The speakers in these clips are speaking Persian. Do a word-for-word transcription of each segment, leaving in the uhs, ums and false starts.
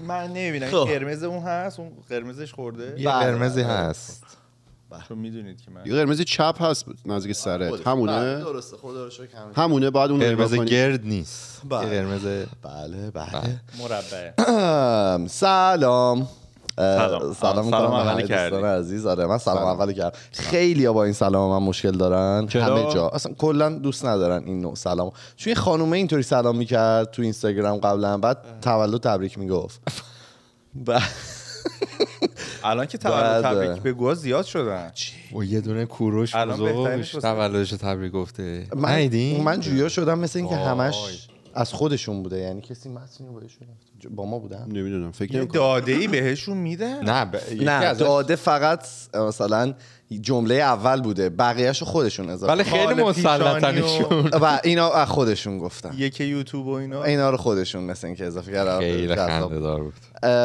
من نمیبینم قرمز اون هست، اون قرمزش خورده یه قرمزی هست چون میدونید که من یه قرمز چپ هست نزدیک سرت همونه درسته خدا رو شکر همونه بعد اون قرمز گرد نیست بله. قرمز بله بله مربع. سلام سلام. سلام سلام اولی کردی. دوستان عزیز. آره من سلام اولی کردم. خیلی ها با این سلام من مشکل دارن. همه جا اصلا کلا دوست ندارن این نوع سلام، چون یه خانومه اینطوری سلام میکرد تو اینستاگرام قبلا، بعد تولد تبریک میگفت. الان که تولد تبریک بگو زیاد شدن و یه دونه کوروش بزرگش تولدش تبریک گفته. من من جویا شدم مثل اینکه همش از خودشون بوده، یعنی کسی متنی بهشون با ما بودن نمیدونم فکر یه نمی‌کنم داده ای بهشون میدن. نه ب... نه داده فقط مثلا جمله اول بوده، بقیه‌شو خودشون اضافه. ولی خیلی مسلطنشون و اینا از خودشون گفتن، یکی یوتیوب و اینا اینا رو خودشون مثل اینکه اضافه کردن. خیلی خنده‌دار بود.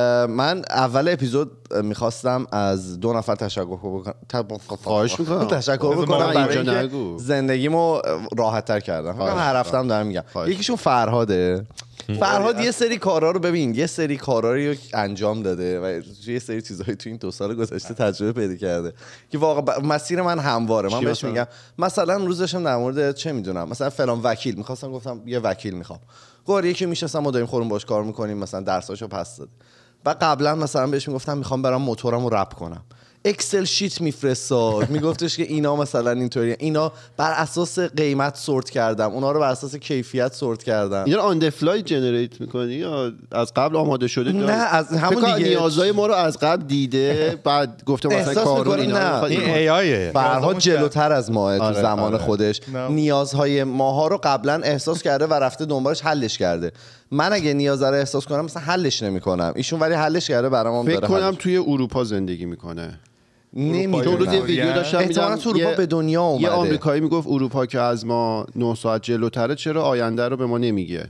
من اول اپیزود میخواستم از دو نفر تشکر بکنم. خواهش میکنم تشکر بکنم برای اینکه زندگیمو راحت تر کردم. هر هفته‌ام دارم میگم. یکیشون فرهاده. فرهاد یه سری کارا رو ببین، یه سری کارا رو انجام داده و یه سری چیزایی تو این دو سال گذشته تجربه پیدا کرده که واقعا مسیر من همواره. من بهش میگم مثلا روزشم در مورد چه میدونم مثلا فلان وکیل میخواستم، گفتم یه وکیل میخوام، گفت یکی میشستم ما داریم خودمون باش کار میکنیم، مثلا درساشو پس داده. و قبلا مثلا بهش میگفتم میخوام برام موتورمو رپ کنم، اکسل شیت میفرستاد، میگفتش که اینا مثلا اینطوریه، اینا بر اساس قیمت سورت کردم، اونا رو بر اساس کیفیت سورت کردم. اینا آن دی فلای جنریت میکنی یا از قبل آماده شده؟ نه از همون دیگه نیازهای ما رو از قبل دیده بعد گفته مثلا کارو اینا. این ای آی فرهاد جلوتر از ماه تو آره، زمان آره. خودش نه. نیازهای ماها رو قبلا احساس کرده و رفته دنبالش حلش کرده. من اگه نیاز رو احساس کنم مثلا حلش نمیکنم، ایشون ولی حلش کرده برام. فکر کنم توی اروپا زندگی میکنه. نمیدونم. روز یه ویدیو داشتم میدم تو اروپا به دنیا اومده. یه آمریکایی میگفت اروپا که از ما نه ساعت جلوتره چرا آینده رو به ما نمیگه.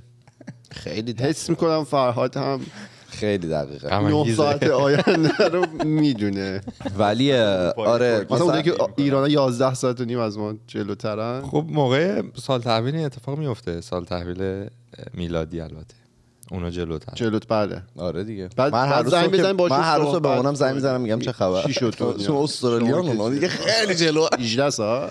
خیلی حس میکنم فرهاد هم خیلی دقیقه نه ساعت آینده رو میدونه. ولی آره مثلا اونایی که ایران یازده ساعت و نیم از ما جلوترن. خب موقع سال تحویل اتفاق میفته، سال تحویل میلادی البته اونا جلوتر جلوت بله. آره دیگه. بعد من هر روز زنگ بزنم باشه، من هر روز به اونم زنگ میزنم میگم چه خبر، چی شد تو چون استرالیا اونا دیگه خیلی جلو هجده ساعت.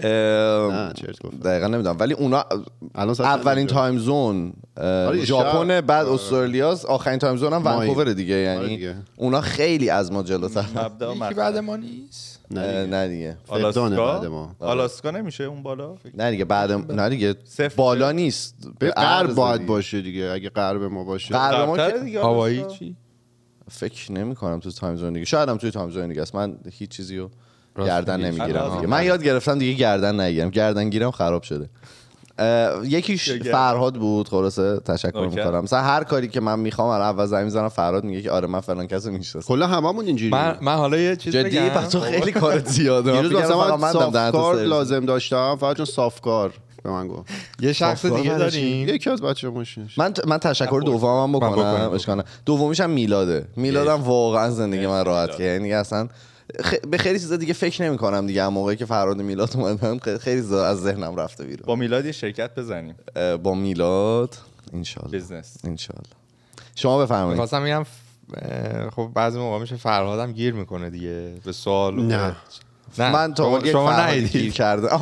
نه چرت گفتم دقیقاً نمیدونم، ولی اونا اولین تایم زون ژاپن، بعد استرالیا، آخرین تایم زون هم ونکوور دیگه، یعنی اونا خیلی از ما جلوتر. یکی بعد ما نیست. نه نه دیگه آلاسکا بعد ما. آلاسکا نمیشه اون بالا؟ نه دیگه بعد نه دیگه بالا نیست، به غرب باید باشه دیگه. اگه غرب ما باشه غرب ما دیگه. هوایی چی؟ فکر نمی کنم تو تایم زون دیگه، شاید هم توی تایم زون دیگه است. من هیچ چیزی رو گردن نمیگیرم دیگه. من یاد گرفتم دیگه گردن نگیرم، گردن گیرم خراب شده. یکیش فرهاد بود، خلاصه تشکر میکنم. مثلا هر کاری که من میخوام اول زنگ میزنم فرهاد میگه که آره من فلان کسو میشناسم. کلا هممون اینجوریه. من من حالا یه چیز بگم. جدی پس تو خیلی کارت زیاده. دیروز مثلا من صاف کار لازم داشتم، فقط چون صاف کار به من گفت. یه شخص دیگه داریم، یکی از بچه‌ها ماشینش. من من تشکر دومم بکنم اشکانه. دومیش هم میلاده. میلادم واقعا زندگی من راحت کرد. یعنی اصلا به خیلی چیزا دیگه فکر نمی کنم دیگه. موقعی که فرهاد میلاد اومدن خیلی چیزا از ذهنم رفته بیرون. با میلاد یه شرکت بزنیم. با میلاد ان شاء الله. بیزنس ان شاء الله. شما بفرمایید. خواستم میگم خب بعضی موقع میشه فرهادم گیر میکنه دیگه به سوال. نه نه من تو شما گیر کردم.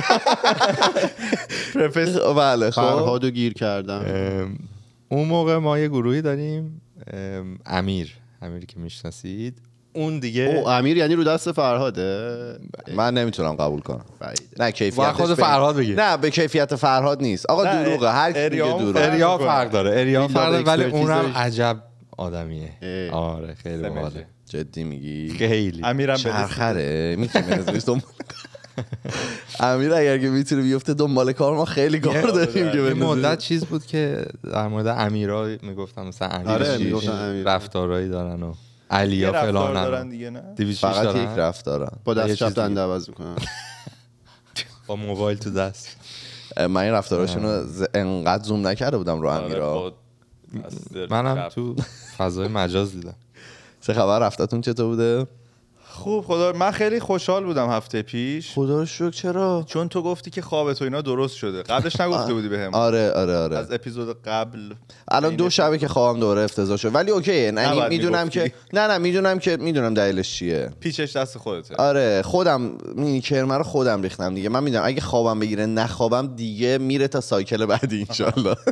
پروفسور بله فرهادو گیر کردم. اون موقع ما یه گروهی داریم، امیر امیری که میشناسید، اون دیگه او امیر یعنی رو دست فرهاده. من نمیتونم قبول کنم. نه کیفیتش خود فرهاد بگه. نه به کیفیت فرهاد نیست آقا، دروغه. هر کی میگه دروغه. اریا فرق داره، اریا فرق داره، ولی اونم عجب آدمیه. آره خیلی باحاله. جدی میگی؟ خیلی. امیرم چرخره میتونه ازش دنبال امیر اگر که میتونه بیفته دنبال کار ما خیلی کار داریم که یه مدت چیز بود که در مورد امیرا میگفتم مثلا امیر رفتارایی دارن و علیا فلان دارن دیگه. نه فقط یک رفتار دارن، با دست چپ دنده عوض میکنن، با موبایل تو دست. من این رفتاراشون رو انقدر زوم نکرده بودم رو امیرا. منم تو فضای مجاز دیدم. چه خبر رفتتون چطور بوده؟ خوب خدا من خیلی خوشحال بودم هفته پیش. خدا رو شکر. چرا؟ چون تو گفتی که خوابت و اینا درست شده. قبلش نگفته بودی بهم. آره آره آره. از اپیزود قبل الان دو شبه که خوابم دوره افتضاح شد ولی اوکیه. نه میدونم که نه نه میدونم که میدونم دلیلش چیه. پیچش دست خودته. آره خودم مینی کرمه رو خودم ریختم دیگه. من میدونم اگه خوابم بگیره نخوابم دیگه میره تا سایکل بعدی ان شاء الله.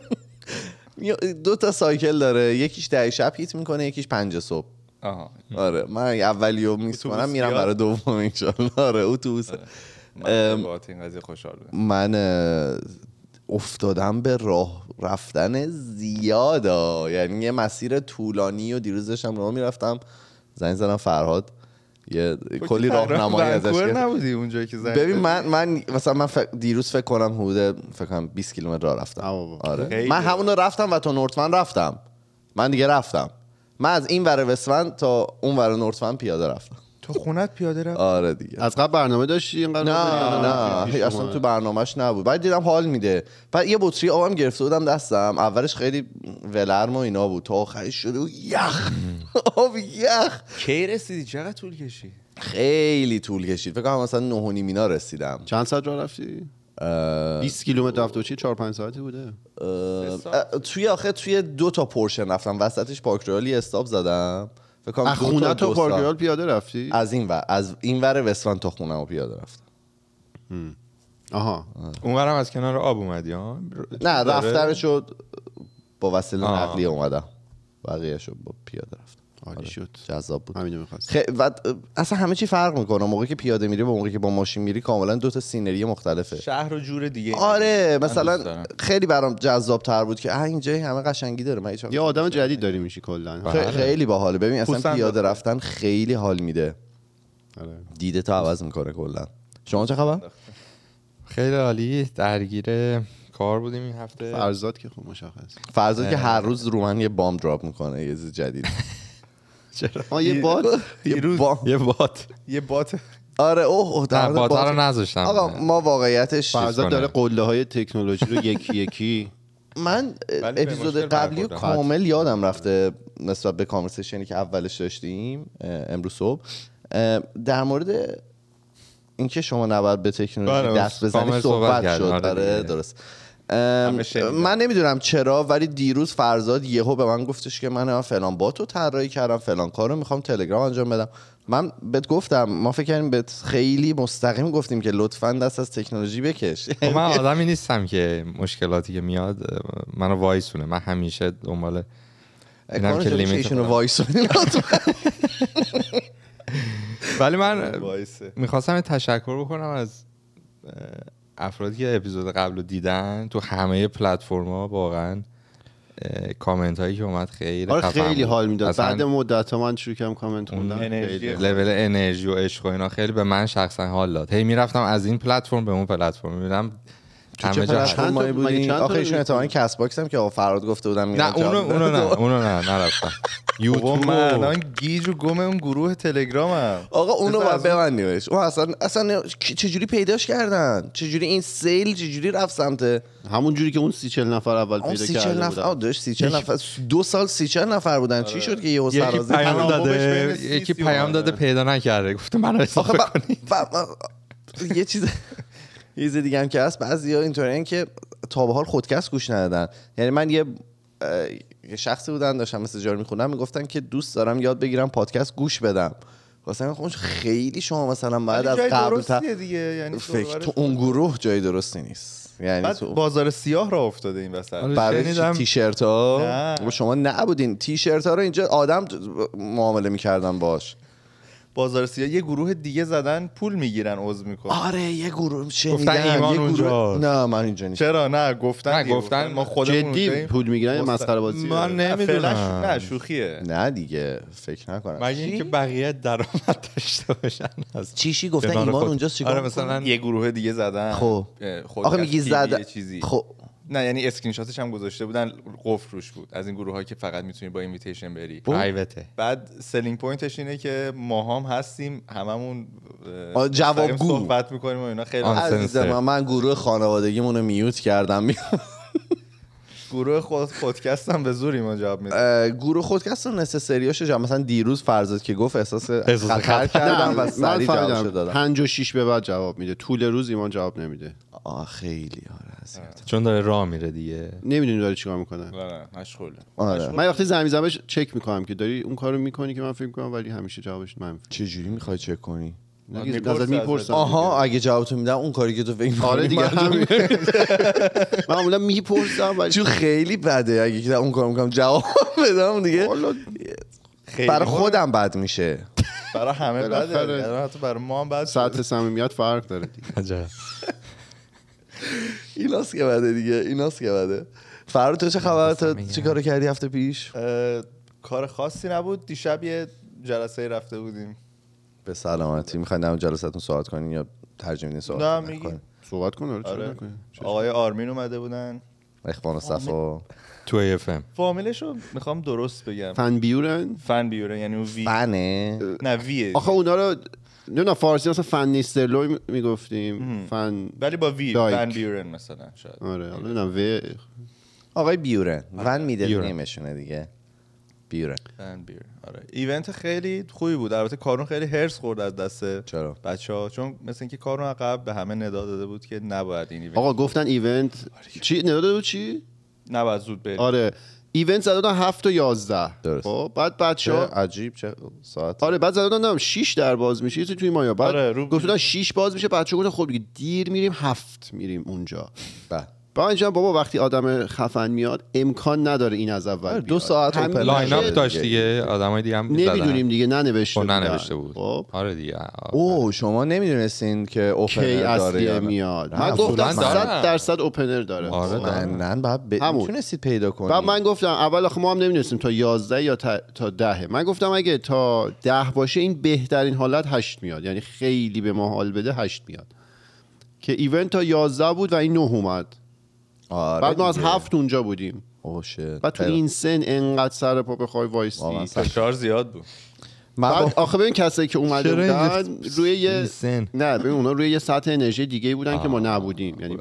دو تا سایکل داره، یکیش ده شب هیت میکنه یکیش پنج صبح. آها آره من اولیو میسپارم میرم برای دوم ان شاء الله. آره اتوبوس. من باهات این قضیه خوشحال بودم. من افتادم به راه رفتن زیادا، یعنی یه مسیر طولانی و دیروز داشتم راه میرفتم زنگ زدم فرهاد یه کلی راهنمایی ازش کرد. نبودی اونجایی که زنگ ببین من من مثلا من ف... دیروز فکر کنم حدود فکر کنم بیست کیلومتر راه رفتم. آره من همون رو رفتم و تا نورتمن رفتم. من دیگه رفتم. من از این ور وستمن تا اون ور نورتمن پیاده رفتم. تو خونت پیاده رفت؟ آره دیگه. از قبل برنامه داشتی اینقدر؟ نه نه, نه. اصلا تو برنامهش نبود. بعد دیدم حال میده. بعد یه بطری آبم گرفته بودم دستم. اولش خیلی ولرم و اینا بود. تا آخرش شده و یخ. آب یخ. کی رسیدی؟ چقدر طول کشید؟ خیلی طول کشید. فکر کنم مثلا نه و نیم اینا رسیدم. چند ساعت راه رفتی؟ بیست کیلومتر رفته باشی چهار پنج ساعتی بوده. توی آخه توی دو تا پورشن رفتم. وسطش پارک رویالی استاپ زدم. از خونه تا پارک رویال پیاده رفتی؟ از این ور از این ور وستمن تا خونه‌مو پیاده رفتم. آها. اونورم از کنار آب اومدی ها؟ نه رفتنشو با وسیله نقلیه اومدم. بقیه‌شو با پیاده رفتم. عالی شد. جذاب بود. همینو می‌خواستم. خ... و اصلا همه چی فرق میکنه. موقعی که پیاده میری با موقعی که با ماشین میری کاملا دو تا سینری مختلفه. شهر و جور دیگه. آره مثلا خیلی برام جذاب تر بود که اه اینجا همه قشنگی داره. من یه آدم جدید داری میشی کلا. خ... خیلی باحاله. ببین اصلا پیاده رفتن خیلی حال میده. آره. دیده تو عوض میکنه کلا. شما چه خبر؟ خیلی عالی. درگیر کار بودیم این هفته. فرزاد که خوب مشخص. فرزاد که هر روز رو من یه بام دراپ میکنه یه چیز جدید. چرا؟ یه بات یه بات یه بات آره اوه در بات رو نذاشتم. آقا ما واقعیتش فرزاد داره قله های تکنولوژی رو یکی یکی. من اپیزود قبلی کامل یادم رفته نسبت به کانورسیشنی که اولش داشتیم امروز صبح در مورد اینکه شما نباید به تکنولوژی دست بزنید صحبت شد. آره درست. من نمیدونم چرا ولی دیروز فرزاد یهو به من گفتش که من فلان باتو طراحی کردم فلان کارو میخوام تلگرام انجام بدم. من بهت گفتم ما فکر کنیم بهت خیلی مستقیم گفتیم که لطفاً دست از تکنولوژی بکش. من آدمی نیستم که مشکلاتی که میاد منو وایسونه. من همیشه دنبال اینم که لیمیتشون رو وایسونی. ولی من میخواستم تشکر بکنم از افرادی که اپیزود قبل رو دیدن تو همه پلتفرم‌ها. واقعا کامنت هایی که اومد خیلی آره خیلی حال میداد. بعد مدت ها من شروع کردم کامنت خوندن. لول انرژی و عشق و اینا خیلی به من شخصا حال داد. هی میرفتم از این پلتفرم به اون پلتفرم میرم همه جا. چند تا بودین؟ آخه ایشون احتمالاً کس باکس هم که آقا فراد گفته بودم میرم. نه اونو اونو نه اونو نه نرفتم. یوتیوب من الان گیج و گم اون گروه تلگرامم. آقا اونو بعد ببندیمش. اون اصلا اصلا چجوری پیداش کردن؟ چجوری این سیل چجوری رفت سمت همون جوری که اون سی چهل نفر اول پیدا کرده بودن؟ آ داشت سی چهل نفر دو سال سی چهل نفر بودن. چی شد که یهو سرازی پیام داده یکی پیام داده پیدا نکرده گفت منو اضافه کنید. یه چیز یه چیز دیگه هم که هست بعضیا اینطورین که تا به حال خودکست گوش ندادن. یعنی من یه یه شخصی بودن داشتم مسیجا رو میخونم میگفتن که دوست دارم یاد بگیرم پادکست گوش بدم. واسه من خیلی شما مثلا بعد از قبل تا دیگه یعنی فکر تو اون گروه جای درستی نیست. یعنی تو بازار سیاه را افتاده این وسط. برای تیشرت ها شما نبودین. تیشرت ها رو اینجا آدم معامله میکردن باش. بازار سیاه یه گروه دیگه زدن پول میگیرن عضو میکنن. آره یه گروه شنیدم گفتن ایمان یه اونجا. نه من اینجا نیست. چرا نه گفتن نه گفتن ما خودمون جدی پول میگیرن مسخره بازی. من نمیدونم. نه شوخیه. نه دیگه فکر نکنم. مگه اینکه بقیه درآمد داشته باشن از چیشی گفتن ایمان اونجا چیکار آره مثلا یه گروه دیگه زدن. خب آخه میگی زدن خب نه یعنی اسکرین شاتش هم گذاشته بودن قفل روش بود از این گروهایی که فقط میتونی با اینویتیشن بری پرایوته. بعد سلینگ پوینتش اینه که ما هم هستیم هممون جوابگو صحبت میکنیم و اینا. خیلی عزیز من من گروه خانوادگیمون رو میوت کردم. گروه خود پادکست هم به زوری ما جواب میده. گروه خودکست نصف سریاشو جواب، مثلا دیروز فرزاد که گفت احساس خطر کردم و سریع جوابشو دادم. پنج و شش به بعد جواب میده، طول روز ایمان جواب نمیده. آه خیلی آره چون داره راه میره دیگه، نمیدونی داره چیکار میکنه. آره مشغوله. آره من وقتی زنگ میزنم چک میکنم که داری اون کارو میکنی که من فکر میکنم، ولی همیشه جوابش منفی. چه جوری میخوای چک کنی؟ ازت میپرسم. آها اگه جوابتو میدم اون کاری که تو فکر می‌کنی. آره دیگه همین. من معمولا میپرسم ولی چون خیلی بده اگه که اون کارو میکنم جواب بدم دیگه. برای خودم بد میشه. برای همه بده. حتی برای ما هم بد. سطح صمیمیت فرق داره دیگه. عجب. ایناست که بده دیگه، ایناست که بده. فرار تو چه خبره؟ تو چه کارو کردی هفته پیش؟ کار خاصی نبود. دیشب یه جلسه رفته بودیم. به سلامتی. میخواین در جلسه‌تون صحبت کنین یا ترجمه این صحبت نه میگی صحبت کن. آره, آره. آقای آرمین اومده بودن، اخوان و صفا تو ای اف ام. فامیلشو میخوام درست بگم. فن بیورن. فن بیورن یعنی اون وی فنه نه ویه. آخه اونا رو نمیدونم فارسی مثلا فن نیسترلوی میگفتیم فن، ولی با وی فن بیورن مثلا شاید. آره حالا نمیدونم و آقای بیورن ون میدل نیمشونه دیگه. بیورن فن بیورن. آره ایونت خیلی خوبی بود. البته کارون خیلی هرس خورد از دست چرا بچه‌ها، چون مثلا اینکه کارون عقب به همه ندا داده بود که نباید این ایونت. آقا گفتن ایونت چی ندا داده بود چی؟ نباید زود بریم. آره ایونت زده دادن هفت و یازده. خب بعد بچه‌ها عجیب چه ساعت. آره بعد زده دادن شش در باز میشه یه توی مایا. بعد آره گفتن شش باز میشه. بچه‌ها گفتن خب دیگه دیر میریم هفت میریم اونجا. بعد بعد بابا وقتی آدم خفن میاد امکان نداره این از اول بیاد. دو ساعت اوپن لاین اپ داشت دیگه، آدمای دیگه هم نمیدونیم دیگه ننوشته بود. ننوشته بود. خب آره دیگه. اوه شما نمیدونستین که اوپنر داره میاد؟ من گفتم صد درصد اوپنر داره. آره نه بعد میتونستید پیدا کنید. بعد من گفتم اول آخه ما هم نمیدونستیم تا یازده یا تا ده. من گفتم اگه تا ده باشه این بهترین حالت هشت میاد، یعنی خیلی به ما حال بده هشت میاد. که ایونت تا یازده بود و این نه اومد. آره بعد ما از هفت اونجا بودیم. اوه شت. بعد تو این سن انقدر سر پا بخوای وایسی فشار زیاد بود. بعد آخه ببین کسایی که اومده بودن روی یه نه ببین اونا روی یه سطح انرژی دیگه بودن آه. که ما نبودیم، یعنی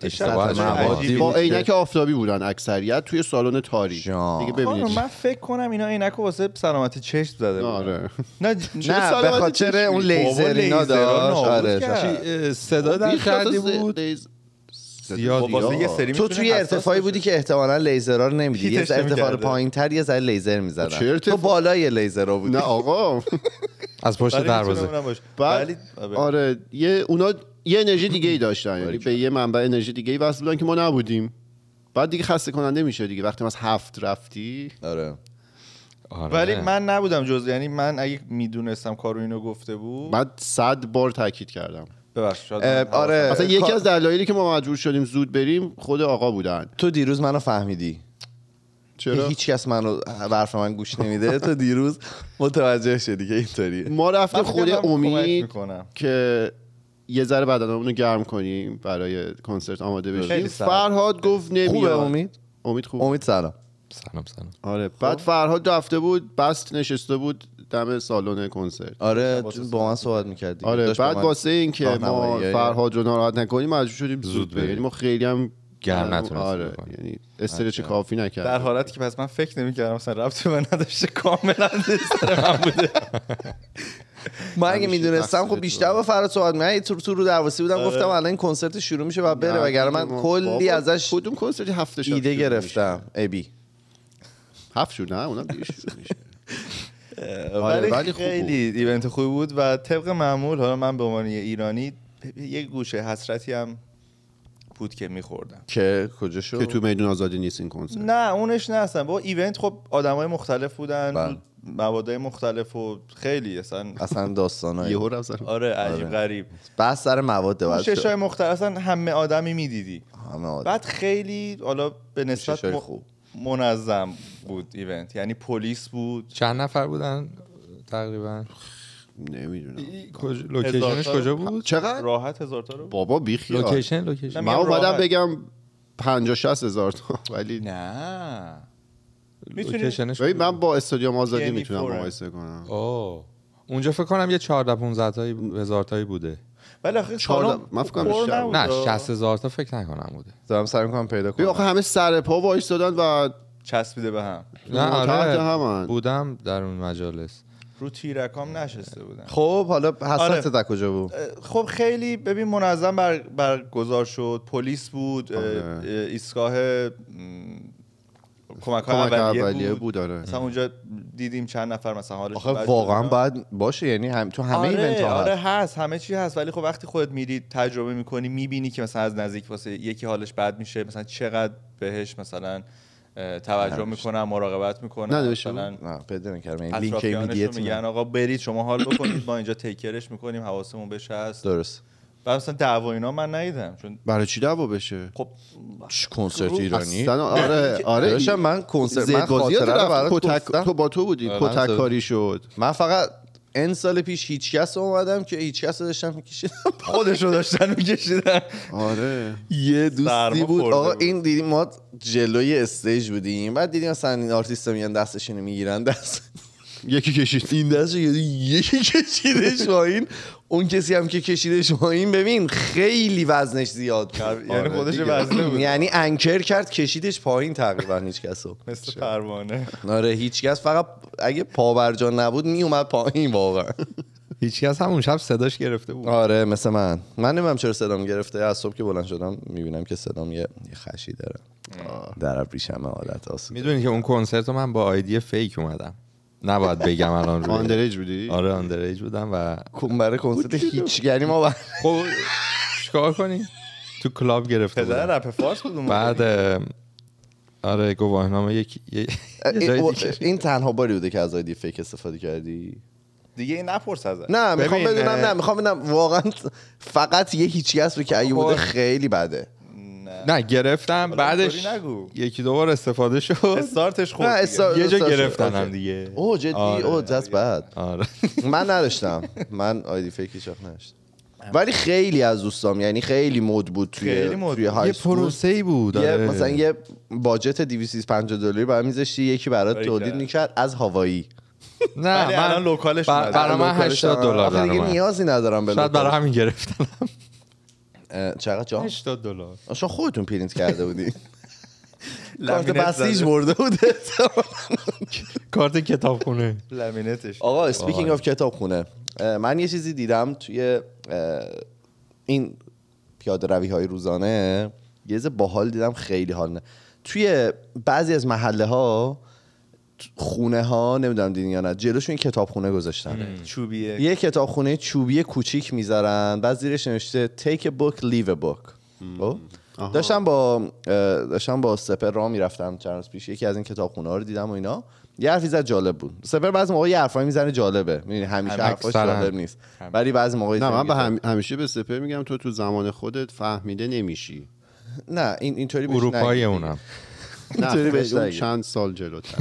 با عینک آفتابی بودن اکثریت توی سالن تاریک دیگه. ببینید من فکر کنم اینا عینک واسه سلامت چشم زده بودن. آره نه نه به خاطر اون لیزر اینا داشت. آره صدا در کردی بود زیاد. تو توی ارتفاعی بودی که احتمالاً لیزرها رو نمیدی، یه ارتفاع پایین‌تر یه ذره لیزر می‌زدن. تو بالای لیزرها بودی. نه آقا از پشت دروازه. آره یه اونا یه انرژی دیگه ای داشتن، یعنی به یه منبع انرژی دیگه ای وصل بودن که ما نبودیم. بعد دیگه خسته کننده میشه دیگه وقتی از هفت رفتی. آره ولی من نبودم جز، یعنی من اگه میدونستم کارو اینو گفته بود بعد صد بار تاکید کردم. آره اصلا یکی از دلایلی که ما مجبور شدیم زود بریم خود آقا بودن. تو دیروز منو فهمیدی. چرا؟ هیچ کس منو حرف من گوش نمیده. تو دیروز متوجه شدی که اینطوریه. ما رفتیم خود امید که یه ذره بدنمون رو گرم کنیم برای کنسرت آماده بشیم. فرهاد گفت نمیاد. خوبه امید؟ امید خوب. امید سلام. سلام سلام. آره بعد فرهاد رفته بود بست نشسته بود دم سالن کنسرت. آره با من صحبت می‌کردی. آره بعد واسه این که ما فرهاد رو ناراحت نکنیم مجبور شدیم زود بریم. یعنی ما خیلی هم گرم نتونستیم. آره یعنی استرچ کافی نکردیم. در حالتی که پس من فکر نمی‌کردم مثلا ربطی به نداشته، کاملا استر من بوده. من اگه میدونستم خب بیشتر با فرهاد صحبت می‌کردم. تو تو رو درواسی بودم گفتم الان این کنسرت شروع میشه و بره، وگرنه من کلی ازش کدوم کنسرتی هفته شب ایده گرفتم. ابی هفت شد نه اونم دیگه شروع میشه. ولی خیلی ایونت خوبی بود و طبق معمول حالا من به عنوان ایرانی یه گوشه حسرتی هم بود که میخوردم. که کجا شد؟ که تو میدون آزادی نیست این کنسرت. نه اونش نه اصلا. با ایونت خب آدمای مختلف بودن، موادای مختلف و خیلی اصلا اصلا داستانای یهو رفتن. آره عجیب غریب. بحث سر مواد بود. ششای مختلف اصلا همه آدمی میدیدی. همه آدم. بعد خیلی حالا به نسبت م... خوب منظم بود ایونت، یعنی پلیس بود. چند نفر بودن تقریبا؟ نمیدونم. کجا لوکیشنش کجا بود؟ چقدر؟ راحت هزار تا رو. بابا بیخیال. لوکیشن لوکیشن. من اومدم بگم پنجاه شصت هزار تا ولی نه. لوکیشنش ببین من با استادیوم آزادی میتونم مقایسه کنم. اوه اونجا فکر کنم یه چهارده پانزده تایی هزار تایی بوده. ولی آخه سالن من فکر کنم بیشتر نه شصت هزار تا فکر نکنم بوده. دارم سعی می‌کنم پیدا کنم. آخه همه سر پا وایسادن و چسبیده به هم. نه آره بودم در اون مجالس رو تیرکام نشسته بودن. خب حالا حسرتت آره. کجا بود؟ خب خیلی ببین منظم بر برگزار شد، پلیس بود، آره. ایستگاه کمک اولیه, اولیه بود, بود آره. مثلا اونجا دیدیم چند نفر مثلا حالش آخه واقعا باید باشه، یعنی هم تو همه آره ایونت ها آره هست، همه چی هست، ولی خب وقتی خودت میری تجربه میکنی میبینی که مثلا از نزدیک واسه یکی حالش بد میشه، مثلا چقدر بهش مثلا توجه میکنن، مراقبت میکنن، مثلا نه پیدا نکردم این لینک ایمیدیت میگن آقا برید شما حال بکنید ما اینجا تیکرش میکنیم حواسمون بهش هست. درست. بعد مثلا دعوا اینا من ندیدم. چون برای چی دعوا بشه؟ خب کنسرت ایرانی آره آره داشتم من کنسرت من خاطره رو برات تو با تو بودی کتک کاری شد. من فقط این سال پیش هیچ کس اومدم که هیچ کس داشتم میکشیدم خودشو داشتن میکشیدن. آره یه دوستی بود آقا این دیدیم ما جلوی استیج بودیم، بعد دیدیم مثلا این آرتیستا میان دستشونو میگیرن دست یکی کشید این دستو یکی کشیدش پایین، اون کسی هم که کشیدش پایین ببین خیلی وزنش زیاد بود، یعنی خودش وزنه بود، یعنی انکر کرد کشیدش پایین تقریبا هیچ کسو مثل پروانه. آره هیچ کس، فقط اگه پابرجا نبود میومد پایین واقعا. هیچ کس هم اون شب صداش گرفته بود. آره مثل من من نمیدونم چرا صدام گرفته، از صبح که بلند شدم میبینم که صدام یه خشی داره در ابریشم عادت آسود. میدونی که اون کنسرت رو من با آیدی فیک اومدم، نباید بگم الان رو. آندریج بودی؟ آره آندریج بودم و برای کنسرت هیچ گری ما خب چیکار کنی؟ تو کلاب گرفته بودم. پدر رپ فارس بود. بعد آره گواهینامه یک این تنها باری بوده که از آیدی فیک استفاده کردی؟ دیگه این نپرس ازش. نه میخوام بدونم، نه میخوام بدونم واقعا فقط یه هیچکس رو که اگه بوده خیلی بده. نه گرفتم بعدش یکی دو بار استفاده شد، استارتش خوب یه جا گرفتن هم دیگه. اوه جدی اوه دست بعد آره من نداشتم، من آیدی فیکی شاخ نداشتم، ولی خیلی از دوستام یعنی خیلی مود بود توی توی های یه پروسه‌ای بود. یه مثلا یه باجت دویست و پنجاه دلاری برام میذاشتی یکی برات تولید میکرد از هاوایی. نه من الان لوکالش اومد برای من هشتاد دلار دارم، دیگه نیازی ندارم به شاید برای همین گرفتم. چقدر جا؟ هشتاد دلار. آشان خودتون پرینت کرده بودی؟ کارت بسیج برده بوده. کارت کتابخونه لامینتش. آقا اسپیکینگ آف کتابخونه، من یه چیزی دیدم توی این پیاده روی های روزانه، یه ز باحال دیدم خیلی حال نه. توی بعضی از محله ها خونه ها نمیدونم دیدین یا نه، جلوشون کتابخونه گذاشتن چوبیه، یه کتابخونه چوبی کوچیک میذارن، بعد زیرش نوشته take a book leave a book. داشتم با داشتم با سپر راه میرفتم چند روز پیش، یکی از این کتابخونه ها رو دیدم و اینا یه حرفی زد جالب بود. سپر بعضی موقع یه حرفایی میزنه جالبه، میدونی همیشه حرفاش جالب نیست، ولی بعضی موقع نه من به هم... همیشه به سپر میگم تو تو زمان خودت فهمیده نمیشی. نه این اینطوری بهش اروپایی اونم اینطوری بهش نگید، چند سال جلوتر.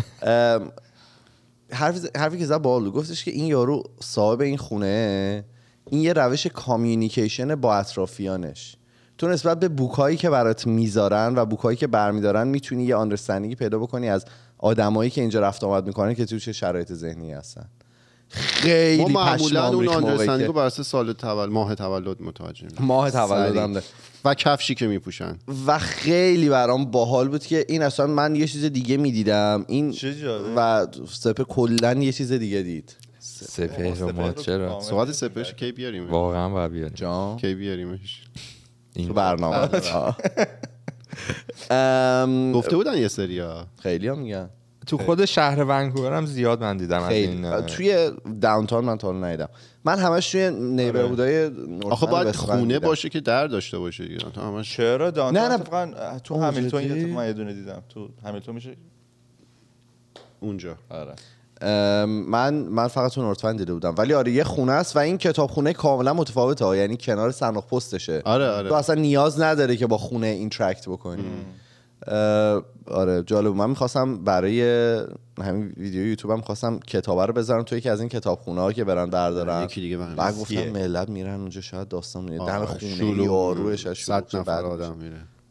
حرفی حرفی که زد باحال گفتش که این یارو صاحب این خونه، این یه روش کامیونیکیشن با اطرافیانش، تو نسبت به بوکایی که برات میذارن و بوکایی که برمیدارن میتونی یه آندرستندینگی پیدا بکنی از آدمایی که اینجا رفت آمد میکنن که تو چه شرایط ذهنی هستن. خیلی ما معمولا اون آندرستندینگو بر اساس سال تولد ماه تولد متوجه میشیم، ماه تولدم ده و کفشی که میپوشن و خیلی برام باحال بود که این اصلا من یه چیز دیگه میدیدم این و سپر کلا یه چیز دیگه دید. سپر رو ما چرا سواد سپرش کی بیاریم؟ واقعا با بیاریم جان کی بیاریمش تو برنامه. گفته بودن یه سریا خیلی هم میگن تو خود شهر ونکوور هم زیاد من دیدم از این. توی داونتاون من تا ندیدم، من همش توی نیبرهودای آخه باید خونه باشه که در داشته باشه دیگه. تو همش چرا داونتاون اتفاقا تو همیلتون اتفاقا یه دونه دیدم، تو همیلتون میشه اونجا. آره من من فقط تو نورتون دیده بودم، ولی آره یه خونه است و این کتابخونه کاملا متفاوته ها، یعنی کنار صندوق پستشه. آره آره. تو اصلا نیاز نداره که با خونه اینتراکت بکنی. آره جالب. من می‌خواستم برای همین ویدیو یوتیوب هم می‌خواستم کتابا رو بذارم تو یکی از این کتابخونه‌ها که برن بردارن. یکی دیگه بعد گفتم ملت میرن اونجا شاید داستان دم خونه یاروش صد نفر آدم میره.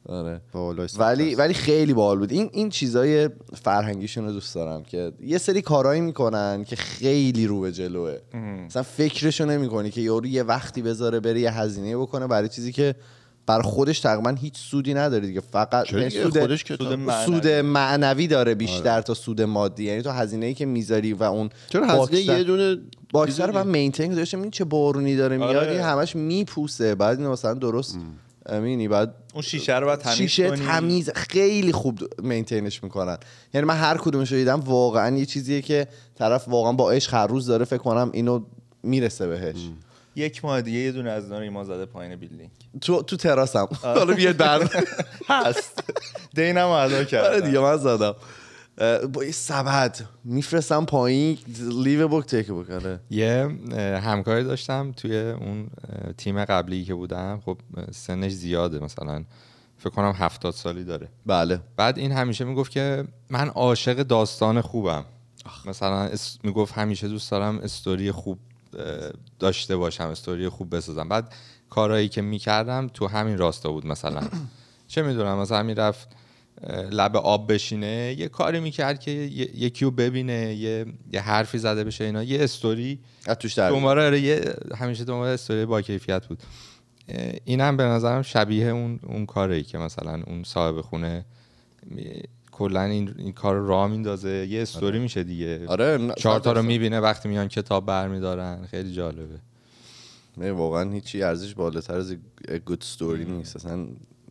آره ولی ولی خیلی باحال بود. این این چیزای فرهنگیشون رو دوست دارم که یه سری کارایی میکنن که خیلی رو به جلوه. مثلا فکرشو نمیکنی که یارو یه وقتی بذاره بره یه هزینه بکنه برای چیزی که بر خودش تقریبا هیچ سودی نداره دیگه، فقط سود خودش که سود معنوی. سود معنوی داره بیشتر آره. تا سود مادی. یعنی تو هزینه‌ای که میذاری و اون چرا هزینه یه دونه باکسر رو مینتین داشته این چه بارونی داره میاد آره. همش میپوسه بعد اینو مثلا درست امینی بعد اون شیشه رو بعد تمیز شیشه کنی. تمیز خیلی خوب مینتینش میکنن. یعنی من هر کدومش رو دیدم واقعا یه چیزیه که طرف واقعا با عشق هر روز داره فکر کنم اینو میرسه بهش. ام. یک ماه دیگه یه دونه از اینا رو ایمان زده پایین بیلدینگ تو تو تراسم حالا بیا در هست دینم ادا کردم آره دیگه من زدم با یه سبد میفرستم پایین لیو بوک تیک بوک. آره یه همکاری داشتم توی اون تیم قبلی که بودم، خب سنش زیاده مثلا فکر کنم هفتاد سالی داره. بله. بعد این همیشه میگفت که من عاشق داستان خوبم. مثلا میگفت همیشه دوست دارم استوری خوب داشته باشم، استوری خوب بسازم. بعد کارهایی که میکردم تو همین راستا بود. مثلا چه میدونم مثلا میرفت لب آب بشینه یه کاری میکرد که یکی رو ببینه، یه یه حرفی زده بشه اینا، یه استوری توش در دنباله یه همیشه دنبال استوری با کیفیت بود. اینم به نظرم شبیه اون اون کاری که مثلا اون صاحب خونه کلا این این کار رو راه میندازه، یه استوری آره. میشه دیگه. آره چهار تا رو میبینه وقتی میان کتاب برمیدارن. خیلی جالبه. نه واقعا هیچی ارزش بالاتر از گود استوری نیست اصلا.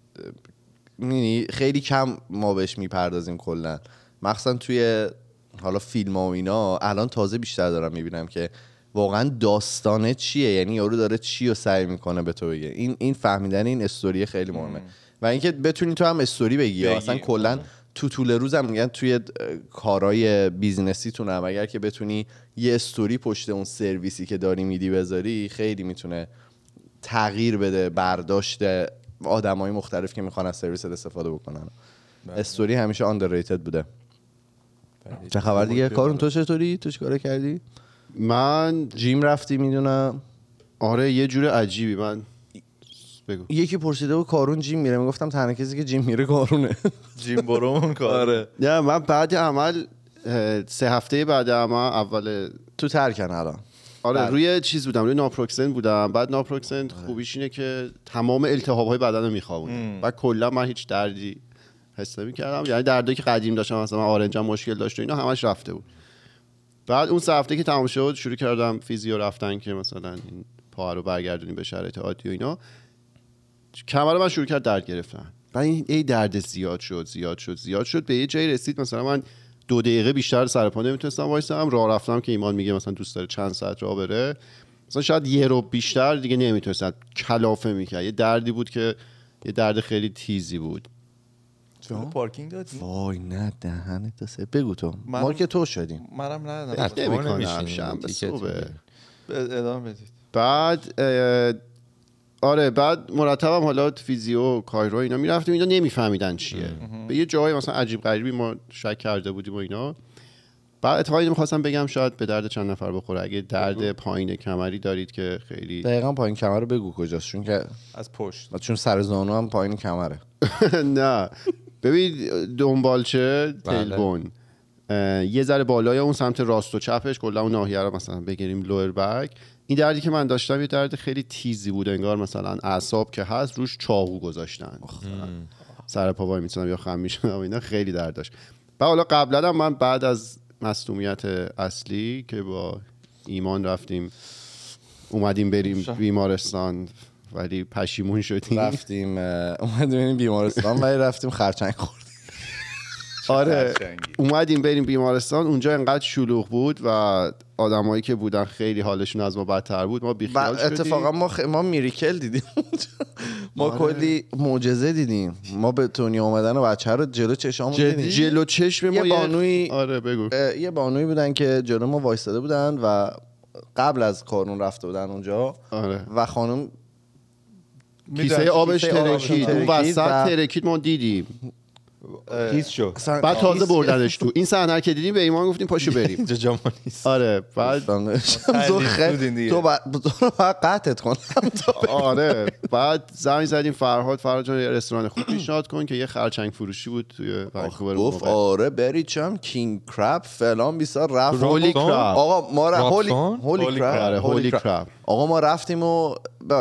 می‌بینی خیلی کم ما بهش میپردازیم کلا، مخصوصا توی حالا فیلم ها و اینا. الان تازه بیشتر دارم میبینم که واقعا داستانه چیه، یعنی یارو داره چی رو سعی میکنه به تو بگه. این این فهمیدن این استوری خیلی مهمه و اینکه بتونی تو هم استوری بگی. اصلا کلا تو طول روز هم میگن توی کارهای بیزینسیتون هم اگر که بتونی یه استوری پشت اون سرویسی که داری میدی بذاری، خیلی میتونه تغییر بده برداشت آدمای مختلف که میخوان از سرویس استفاده بکنن. بله. استوری همیشه آندرریتد بوده. بله. چه خبر دیگه کارون؟ تو چطوری؟ تو چیکار کردی؟ من جیم رفتی میدونم. آره یه جور عجیبی. من بگو. یکی پرسیده بود کارون جیم میره، میگفتم تنها کسی که جیم میره کارونه. جیم برون کاره. نه من بعد عمل سه هفته بعد عمل اول تو ترکن الان. آره بله. روی چیز بودم، روی ناپروکسن بودم. بعد ناپروکسن خوبیش اینه که تمام التهاب‌های بدن رو میخوابونه و کلا من هیچ دردی حس نمی‌کردم. یعنی دردی که قدیم داشتم مثلا آرنجم مشکل داشت و اینا همش رفته بود. بعد اون سه هفته که تمام شد شروع کردم فیزیو رفتن که مثلا این پا رو برگردونیم به شرایط عادی و اینا. کمر من شروع کرد درد گرفتن. بعد این ای درد زیاد شد زیاد شد زیاد شد به یه جایی رسید مثلا من دو دقیقه بیشتر سر پا نمیتونستم وایسم. راه رفتم که ایمان میگه مثلا دوست داره چند ساعت راه بره، مثلا شاید یه رو بیشتر دیگه نمیتونستم، کلافه میکرد. یه دردی بود که یه درد خیلی تیزی بود. تو پارکینگ دادی؟ وای نه دهنت سه بگو تو. ما که تو شدیم. منم ندادم. نمیکنم شنبه صبح. ادامه بدید. بعد آره بعد مرتبم حالا فیزیو کایرو اینا میرفتیم، اینا نمیفهمیدن چیه. به یه جایی مثلا عجیب غریبی ما شک کرده بودیم و اینا. بعد اتفاقا اینو می‌خواستم بگم شاید به درد چند نفر بخوره. اگه درد پایین کمری دارید که خیلی دقیقاً پایین کمر رو بگو کجاست، چون که از پشت، چون سر زانو هم پایین کمره. نه ببین دنبالچه تیلبون یه ذره بالای اون سمت راست و چپش کلا اون ناحیه رو مثلا بگیریم لوئر بک. این دردی که من داشتم یه درد خیلی تیزی بود، انگار مثلا اعصاب که هست روش چاقو گذاشتن. سر پا وای میتونم یا خم میشدم اینا، خیلی درد داشت. بعد حالا قبلا من بعد از مصدومیت اصلی که با ایمان رفتیم اومدیم بریم بیمارستان ولی پشیمون شدیم. رفتیم اومدیم بریم بیمارستان ولی رفتیم خرچنگ خوردیم. آره اومدیم بریم بیمارستان، اونجا انقدر شلوغ بود و آدمایی که بودن خیلی حالشون از ما بدتر بود. ما بیخیال شدیم. اتفاقا ما خ... ما میریکل دیدیم. ما آره. کلی معجزه دیدیم. ما به دنیا اومدن و بچه رو جلو چشامون دیدیم. جلو چشم ما یه بانوی آره بگو. یه بانوی بودن که جلو ما وایساده بودن و قبل از کارون رفته بودن اونجا. آره. و خانم کیسه آبش ترکید اون وسط ترکید ما دیدیم خیس شد. بعد تازه بردنش تو. این صحنه که دیدیم به ایمان گفتیم پاشو بریم. اینجا جا ما نیست. آره بعد تو خیلی تو بعد قطعت کنم. آره بعد زنگ زدیم فرهاد فرهاد جان یه رستوران خوب پیشنهاد کن که یه خرچنگ فروشی بود توی ونکوور. گفت آره برید چم کینگ کراب فلان بیسار رفت. هولی کراب آقا ما هولی هولی کراب هولی کراب آقا ما رفتیم و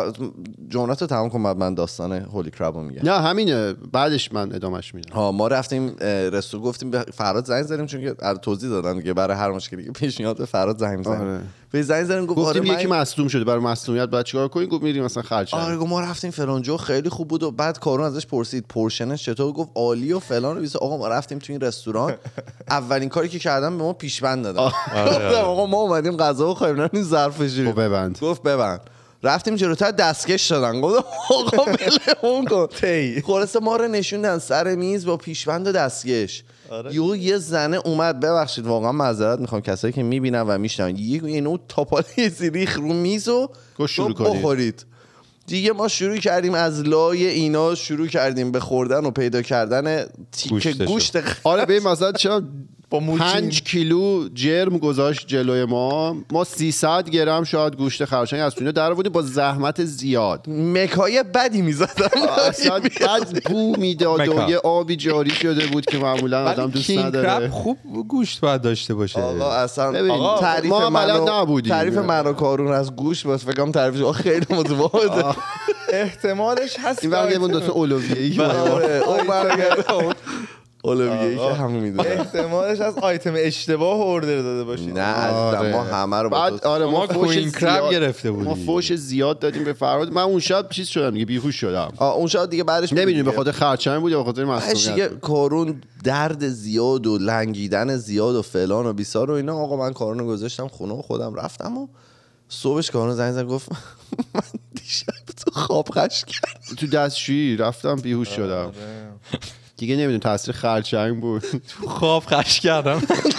جملاتو تمام کن بعد من داستان هولی کرابو میگم. نه همینه بعدش من ادامهش میدم. ها ما رفتیم رستو گفتیم به فرهاد زنگ زدیم چون که توضیح دادن دیگه برای هر مشکلی که پیش میاد به فرهاد زنگ میزنیم. آره. به زنگ زدیم گفت گفتیم آره یکی من... مصدوم شده برای مصدومیت بعد چیکار کنیم؟ گفت میریم مثلا خرچنگ. آره گفت ما رفتیم فلان جو خیلی خوب بود و بعد کارون ازش پرسید پورشنش چطور گفت عالی و فلان و بیسه. آقا ما رفتیم تو این رستوران اولین کاری که کردم به ما پیشبند دادن. آقا ما اومدیم غذا بخوریم نه این ظرف شوری ببند. گفت ببند. رفتیم جلوتر دستکش دادن گفت آقا ولمون کن تی خلاص ما رو نشوندن سر میز با پیشبند و دستکش. آره. یه یه زنه اومد ببخشید واقعا معذرت میخوام کسایی که میبینن و میشنون یه یه نوع تاپاله زیریخ رو میز و بخورید دیگه. ما شروع کردیم از لای اینا شروع کردیم به خوردن و پیدا کردن تیکه گوشت. آره ببین مثلا چرا پنج کیلو جرم گذاشت جلوی ما ما سیصد گرم شاید گوشت خرچنگ از تونه در آوردیم با زحمت زیاد. مکای بدی میزدن اصلا بد بو میداد و یه آبی جاری شده بود که معمولا آدم دوست نداره. خوب گوشت باید داشته باشه. آقا اصلا آقا تعریف ما عملا نبودیم. تعریف من و کارون از گوشت واسه فکرام تعریفش خیلی متفاوته. احتمالش هست این برگه اون دو تا اولویه‌ای اون برگه اولویه‌ای که همه میدونن احتمالش از آیتم اشتباه اوردر داده باشید. نه عزیزم ما همه رو بعد آره ما کوین کراب گرفته بودیم. ما فوش زیاد دادیم به فرهاد. من اون شب چیز شدم دیگه بیهوش شدم. آ اون شب دیگه بعدش نمیدونی به خاطر خرچنگ بود یا به خاطر مسئولیت. کارون درد زیاد و لنگیدن زیاد و فلان و بیسار و اینا. آقا من کارونو گذاشتم خونه و خودم رفتم و صبحش کارون زنگ زد گفت من دیشب تو خواب غش کردم تو دستشویی رفتم بیهوش شدم. دیگه نمیدونم تاثیر خرچنگ بود. تو خواب قش کردم.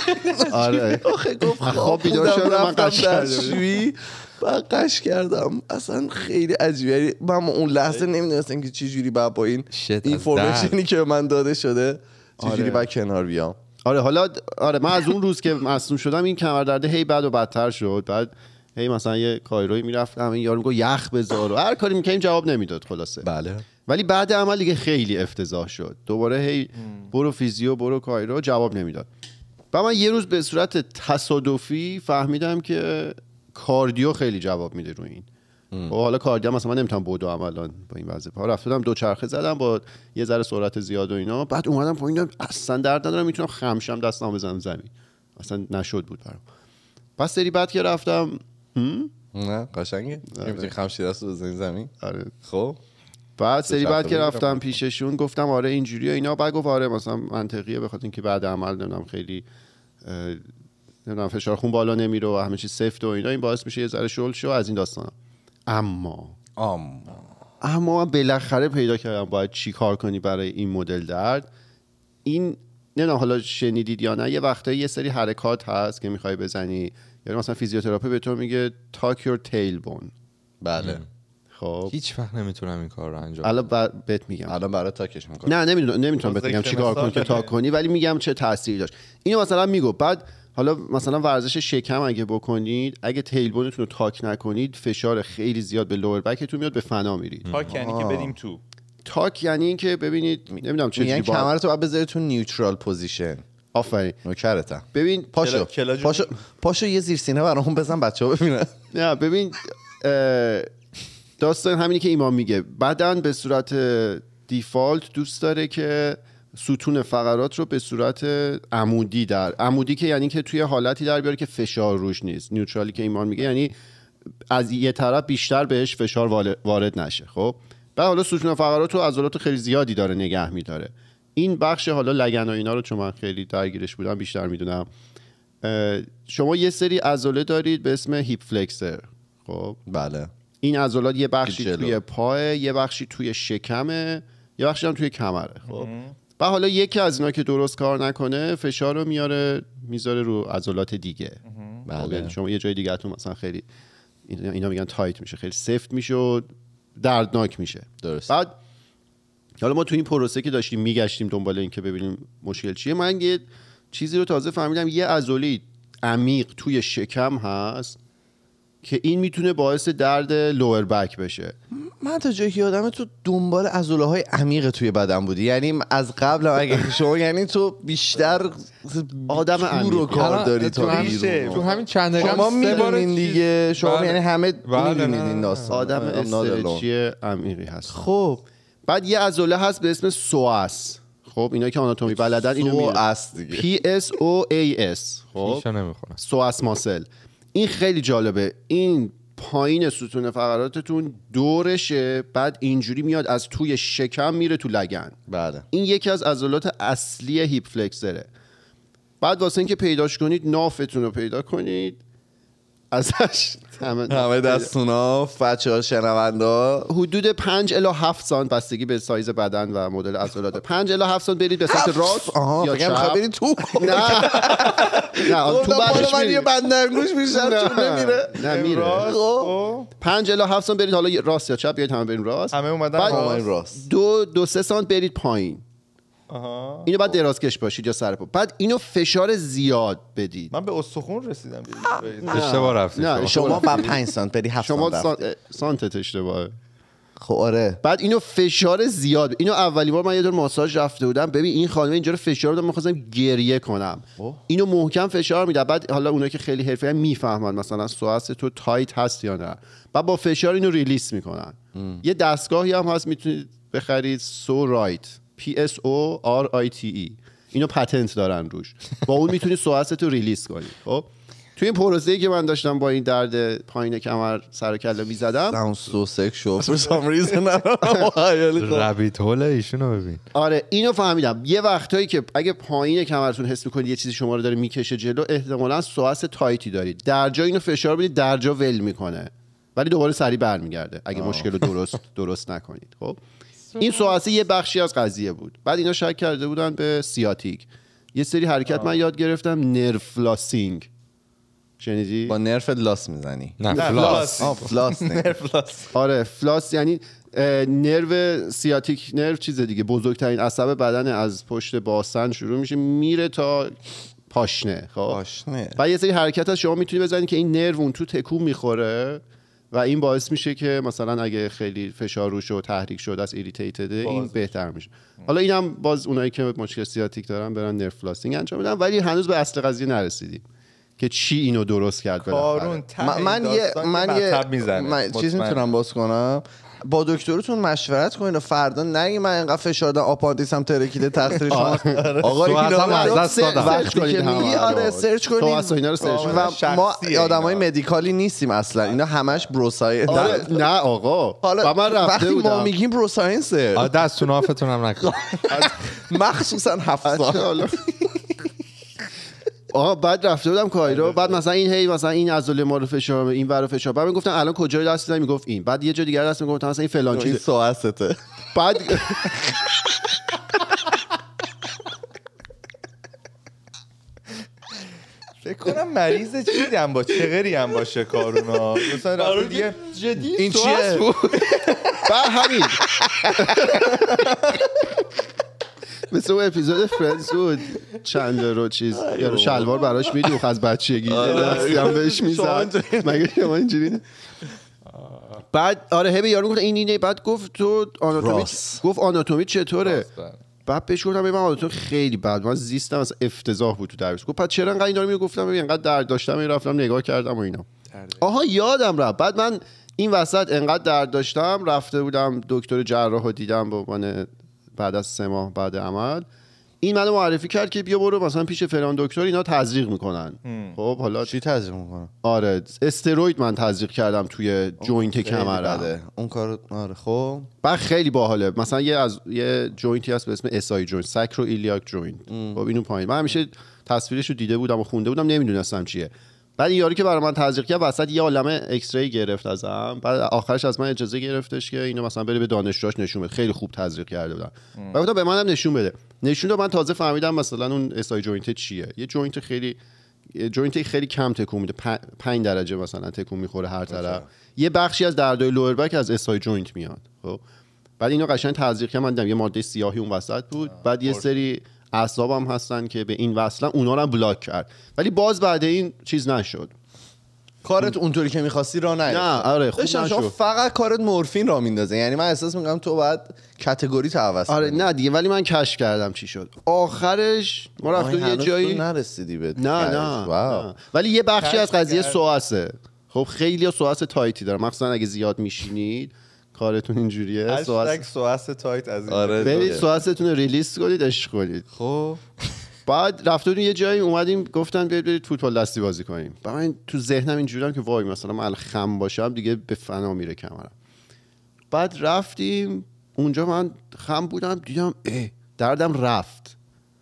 آره آخه گفت خواب بیدار شدم من قش کردم. بعد قش کردم اصلا خیلی عجیبه. من اون لحظه نمیدونستم که چه جوری بعد با این اینفورمیشنی که من داده شده چه جوری بعد کنار بیام. آره حالا آره من از اون روز که مصدوم شدم این کمردرد هی بعد و بدتر شد. بعد هی مثلا یه کایروی میرفتم این یارو میگه یخ بذار و هر کاری میکنیم جواب نمیداد خلاصه. بله. ولی بعد عمل دیگه خیلی افتضاح شد. دوباره هی برو فیزیو برو کایرو جواب نمیداد. و من یه روز به صورت تصادفی فهمیدم که کاردیو خیلی جواب میده رو این. و حالا کاردیو مثلا من نمیتونم بدو عملا با این وظیفه ها رفتم دو چرخه زدم با یه ذره سرعت زیاد و اینا. بعد اومدم پایین دیدم اصلا درد ندارم میتونم خمشم دستام بزنم زمین. اصلا نشد بود برام. پس سری بعد که رفتم نه قشنگه نمیتونی خمشی دستو بزنی زمین. آره خب بعد سری بعد که رفتم پیششون گفتم آره اینجوریه اینا. بعد گفت آره مثلا منطقیه بخاطر اینکه بعد عمل نمیدونم خیلی نمیدونم فشار خون بالا نمیره و همه چیز سفت و اینا این باعث میشه یه ذره شل شو از این داستانا. اما اما اما من بالاخره پیدا کردم باید چی کار کنی برای این مدل درد. این نمیدونم حالا شنیدید یا نه یه وقتایی یه سری حرکات هست که میخوای بزنی یعنی مثلا فیزیوتراپی به تو میگه تاک یور تیل بون. بله خب هیچ وقت نمیتونم این کار رو انجام الان ب... بهت میگم الان برای تاکش میکنم. نه نمیدونم نمیتونم بهت بگم چیکار کن که تاک کنی ولی میگم چه تأثیری داشت. اینو مثلا میگم بعد حالا مثلا ورزش شکم اگه بکنید اگه تیل بونتون رو تاک نکنید فشار خیلی زیاد به لور بکتون میاد به فنا میرید. تاک یعنی که بدیم تو. تاک یعنی این که ببینید نمیدونم چه یعنی کمرتو بعد بذاری تو نیوترال پوزیشن. آفرین نوکرتم. ببین پاشو کلا... پاشو پاشو یه زیر سینه برامون بزن بچه‌ها ببینن. نه ببین داستان همینی که ایمان میگه بدن به صورت دیفالت دوست داره که ستون فقرات رو به صورت عمودی در عمودی که یعنی که توی حالتی در بیاره که فشار روش نیست. نیوترالی که ایمان میگه یعنی از یه طرف بیشتر بهش فشار وارد نشه. خب بعد حالا ستون فقرات رو عضلات خیلی زیادی داره نگه میداره. این بخش حالا لگن و اینا رو چون من خیلی درگیرش بودم بیشتر میدونم. شما یه سری عضله دارید به اسم هیپ فلکسر. خب بله این عضلات یه بخشی توی پای یه بخشی توی شکمه یه بخشی هم توی کمره. خب بعد حالا یکی از اینا که درست کار نکنه فشار رو میاره میذاره رو عضلات دیگه. بله شما یه جای دیگه تو مثلا خیلی اینا میگن تایت میشه خیلی سفت میشه و دردناک میشه. درست. بعد حالا ما تو این پروسه که داشتیم میگشتیم دنبال این که ببینیم مشکل چیه، من یه چیزی رو تازه فهمیدم، یه عضله عمیق توی شکم هست که این میتونه باعث درد لوور بک بشه. من تا جایی که یادمه تو دنبال عضله های عمیق توی بدن بودی، یعنی از قبل اگه شما یعنی تو بیشتر آدم عمیق رو کار داری تو همین تو همین چند دقیقه شما میدونین دیگه، شما بله. یعنی همه بله. میدونین این داستان آدم استرچی عمیقی هست. خب بعد یه عضله هست به اسم سواس. خب اینا که آناتومی بلدن اینو میگن سواس دیگه، پی اس او ای اس. خب سواس ماسل. این خیلی جالبه، این پایین ستون فقراتتون دورشه، بعد اینجوری میاد از توی شکم میره تو لگن. بله. این یکی از عضلات اصلی هیپ فلکسره. بعد واسه اینکه پیداش کنید نافتون رو پیدا کنید، ازش همه دستونا بچه‌ها شنوندا حدود پنج الی هفت سانت بستگی به سایز بدن و مدل عضلات، پنج الی هفت سانت برید به سمت راست یا چپ. برید تو نه نه تو بعدش من یه بندرگوش میشم چون نمیره نمیره. پنج الی هفت سانت برید حالا راست یا چپ، بیاید همه بریم راست. همه اومدن راست. دو دو سه سانت برید پایین. آها. اینو بعد درازکش باشید یا سر پا. بعد اینو فشار زیاد بدید. من به استخون رسیدم. اشتباه رفتید. نه شما بعد پنج سانت بری هفت سانت. شما سانت سانتت اشتباهه. خب آره. بعد اینو فشار زیاد. اینو اولی بار من یه دور ماساژ رفته بودم، ببین این خانم اینجوری فشار دادم می‌خواستم گریه کنم. اوه. اینو محکم فشار میده. بعد حالا اونایی که خیلی حرفه‌ای میفهمن مثلا سوئاس تو تایت هست یا نه، بعد با فشار اینو ریلیس میکنن. ام. یه دستگاهی هم هست میتونید بخرید، سو رایت پی اس او آر آی تی ای. اینو پتنت دارن روش. با اون میتونی سوئاست رو ریلیز کنی. خب توی این پروسه‌ای که من داشتم با این درد پایین کمر سر و کله میزدم، sounds so sexual for some reason. رابیت هول ایشونو ببین. آره اینو فهمیدم. یه وقتایی که اگه پایین کمرتون حس می‌کنید یه چیزی شما رو داره میکشه جلو، احتمالاً سوئاس تایتی دارید. در جا اینو فشار بدید، در جا ول میکنه، ولی دوباره سری برمیگرده اگه آه. مشکل رو درست درست نکنید. خب این سوئاس یه بخشی از قضیه بود. بعد اینا شک کرده بودن به سیاتیک. یه سری حرکت آه. من یاد گرفتم، نرو فلاسینگ. شنیدی؟ با نرف لاس میزنی؟ نه فلاس. آه فلاس. نرف لاس. آره فلاس یعنی نرو سیاتیک. نرو چیز دیگه، بزرگترین عصب بدن، از پشت باسن شروع میشه میره تا پاشنه. خب پاشنه. و یه سری حرکت هست شما میتونی بزنید که این نرو اون تو تکون میخوره و این باعث میشه که مثلا اگه خیلی فشار روش و تحریک شده است، ایریتیتده، این بهتر میشه. حالا اینم باز اونایی که مشکل سیاتیک دارن برن نرو فلاسینگ انجام بدن، ولی هنوز به اصل قضیه نرسیدیم که چی اینو درست کرد. کارون من, من یه من یه من چیز میتونم باز کنم، با دکترتون مشورت کنین و فردا نگین من اینقدر فشار دادم آپاندیسم ترکیده تقصیر شماست. آقا اینا رو از دست دادم. وقتی که میگی آره سرچ کنین و ما آدمای مدیکالی نیستیم اصلا، اینا همش بروساینس. نه آقا حالا وقتی ما میگیم بروساینسه، دستون آفتون هم نکن، مخصوصا هفت سال. آها بعد رفته بودم کایرو، بعد مثلا این هی مثلا این عضله ما رو فشار، این ور رو فشار، بعد میگفتن الان کجا دست میزنی، میگفت این، بعد یه جا دیگه دست میگفتن مثلا این فلان چیز، این سوئاسته. بعد فکر کنم مریض چیزی هم با چغری هم باشه کارونا، مثلا رفت دیگه جدی این چیه بعد همین مثل اون اپیزود فرندز بود، چندلر رو چیز یارو شلوار براش میدوخ از بچگی، دستی هم بهش میزد، مگه شما اینجوری نه؟ بعد آره هی به یارو گفت این اینه، بعد گفت تو آناتومی، گفت آناتومی چطوره؟ بعد بهش گفتم من آناتومی خیلی بد، من زیستم از افتضاح بود تو درس. گفت پس چرا انقدر اینا رو میگفتم، ببین انقدر درد داشتم، این رفتم نگاه کردم و اینا. آها یادم رفت، بعد من این وسط انقدر درد داشتم رفته بودم دکتر جراحو دیدم به عنوان بعد از سه ماه بعد عمل، این منو معرفی کرد که بیا برو مثلا پیش فلان دکتر، اینا تزریق میکنن. خب حالا چی تزریق میکنن؟ آره استروید من تزریق کردم توی جوینت کمرم، اون کار آره. خب بعد خیلی باحاله، مثلا یه از یه جوینتی هست به اسم اس آی جوینت، ساکرو ایلیاک جوینت. خب اینو پایین من همیشه تصویرشو دیده بودم و خونده بودم، نمیدونستم چیه. بعد این یارو که برای من تزریق کرد وسط یه عالمه ایکس ری گرفت ازم، بعد آخرش از من اجازه گرفتش که اینو مثلا بره به دانشجوهاش نشون بده، خیلی خوب تزریق کرده بودن. بعد گفتم به منم نشون بده، نشون داد. من تازه فهمیدم مثلا اون اس آی جوینت چیه، یه جوینت خیلی جوینت خیلی کم تکون میده، پنج درجه مثلا تکون میخوره هر طرف، یه بخشی از دردای لوور بک از اس آی جوینت میاد. خب بعد اینو قشنگ تزریق کردم، من دیدم یه ماده سیاهی اون وسط بود. آه. بعد یه سری اعصابم هستن که به این وصلن، اونا رو هم بلاک کرد. ولی باز بعد این چیز نشد. کارت اونطوری که می‌خواستی راه نیفت. نه آره خوب نشد. فقط کارت مورفین راه میندازه. یعنی من احساس می‌کنم تو باید کاتگوری تو عوض کنی. آره نه دیگه، ولی من کشف کردم چی شد. آخرش ما رفتیم یه جایی نرسیدی به نه نه, نه. ولی یه بخشی از قضیه سواسه. خب خیلی سواس تایتی داره، مخصوصا اگه زیاد میشینید کارتون اینجوریه. سواس سواس تایت از این. آره برید سواستون رو ریلیز کنید، عشق کنید. خب بعد رفتیم یه جایی اومدیم گفتن بیاید برید فوتبال دستی بازی کنیم. بعد من تو ذهنم اینجوریام که وای مثلا من خم باشم دیگه به فنا میره کمرم. بعد رفتیم اونجا، من خم بودم دیدم اه دردم رفت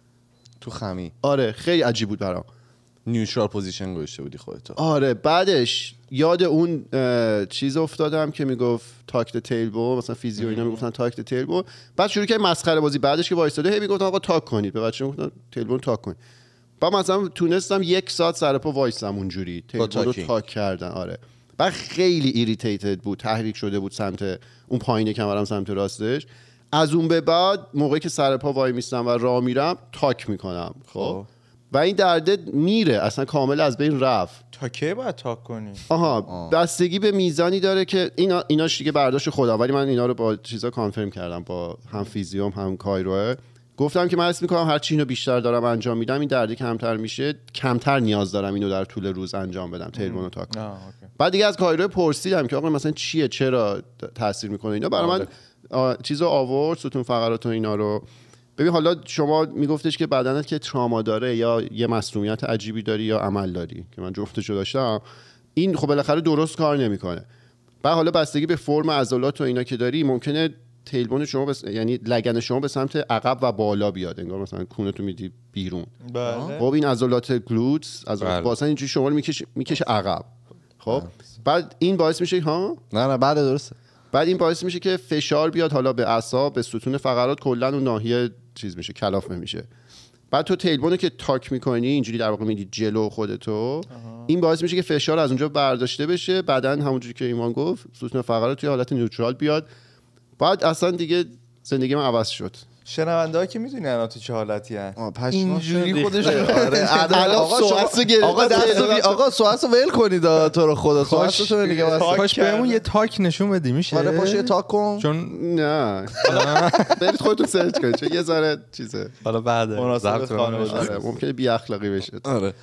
تو خمی. آره خیلی عجیب بود برام. نیوترال پوزیشن گذاشته بودی خودت. آره بعدش یاد اون چیز افتادم که میگفت تاک د تیلبو، مثلا فیزیو اینا میگفتن تاک د تیلبو. بعد شروع کردم مسخره بازی. بعدش که وایساده هی میگفتن آقا تاک کنید، به بچه‌ها میگفتن تیلبو تاک کنید. بعد مثلا تونستم یک ساعت سر پا وایسم اونجوری تیلبو رو تاک کردن. آره بعد خیلی ایریتیتد بود، تحریک شده بود سمت اون پایین کمرم، سمت راستش. از اون به بعد موقعی که سر پا وای میستم و راه میرم تاک میکنم. خب و این درد میره اصلا کامل از بین رفت. تا کی باید تاک کنی؟ آها بستگی به میزانی داره که اینا ایناش دیگه برداشت خودم، ولی من اینا رو با چیزا کانفرم کردم با هم فیزیوم هم کایروه. گفتم که من حس میکنم هر چی اینو بیشتر دارم انجام میدم این دردی کمتر میشه، کمتر نیاز دارم اینو در طول روز انجام بدم تیلبونو تاک. بعد دیگه از کایروه پرسیدم که آقا مثلا چیه، چرا تاثیر میکنه اینا. برای من چیزا آورد، ستون فقرات و اینا رو. ببین حالا شما میگفتش که بدنت که تراما داره یا یه مسمومیت عجیبی داری یا عمل داری، که من جفتشو داشتم، این خب بالاخره درست کار نمیکنه. بعد حالا بستگی به فرم عضلات و اینا که داری ممکنه تیلبون شما بس... یعنی لگن شما به سمت عقب و بالا بیاد، انگار مثلا کونتو میدی بیرون. بله. خب این عضلات گلوتس عضلات واسه اینجوری شما رو میکشه میکشه عقب. خب بعد این باعث میشه ها نه نه بعد درسته بعد این باعث میشه که فشار بیاد حالا به اعصاب، به ستون فقرات، کلا اون ناحیه چیز میشه، کلافه میشه. بعد تو تیلبونو که تاک میکنی اینجوری در واقع میدی جلو خودتو، این باعث میشه که فشار از اونجا برداشته بشه، بدن همونجوری که ایمان گفت ستون فقرات توی حالت نیوترال بیاد. بعد اصلا دیگه زندگی من عوض شد. شنونده‌ها که میدونن الان تو چه حالتی ان اینجوری خودش آره آقا سواسو گرفت. آقا دستو آقا سواسو ول کنید تو رو خدا. سواسو تو دیگه واسه کاش بهمون یه تاک نشون بدی میشه. آره پاشو یه تاک کن. چون نه برید خودتون سرچ کنید چون یه ذره چیزه حالا بعد ضبط خانواده ممکنه بی اخلاقی بشه. آره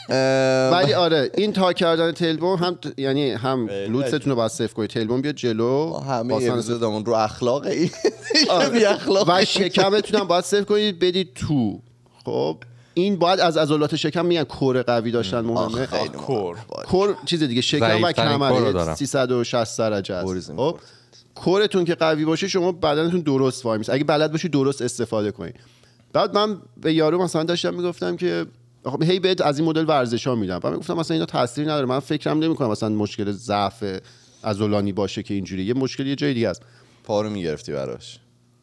ولی آره این تاک کردن تیلبون هم یعنی هم لوتستون رو باید صفر کنید، تیلبون بیاد جلو، همه اپیزودمون رو اخلاق این بی اخلاق و شکمتون هم باید صفر کنید بدید تو. خب این باید از عضلات شکم میگن کور قوی داشتن مهمه. کور کور چیز دیگه، شکم و کمر سیصد و شصت درجه است. خب کورتون که قوی باشه شما بدنتون درست وای میسه، اگه بلد باشی درست استفاده کنید. بعد من به یارو مثلا داشتم میگفتم که هی بهت از این مدل ورزشا میدم، بعد میگفتم مثلا اینا تاثیر نداره، من فکرم نمیکنم مثلا مشکل ضعف عضلانی باشه که اینجوری، یه مشکلی یه جای دیگه است. پارو میگرفتی براش.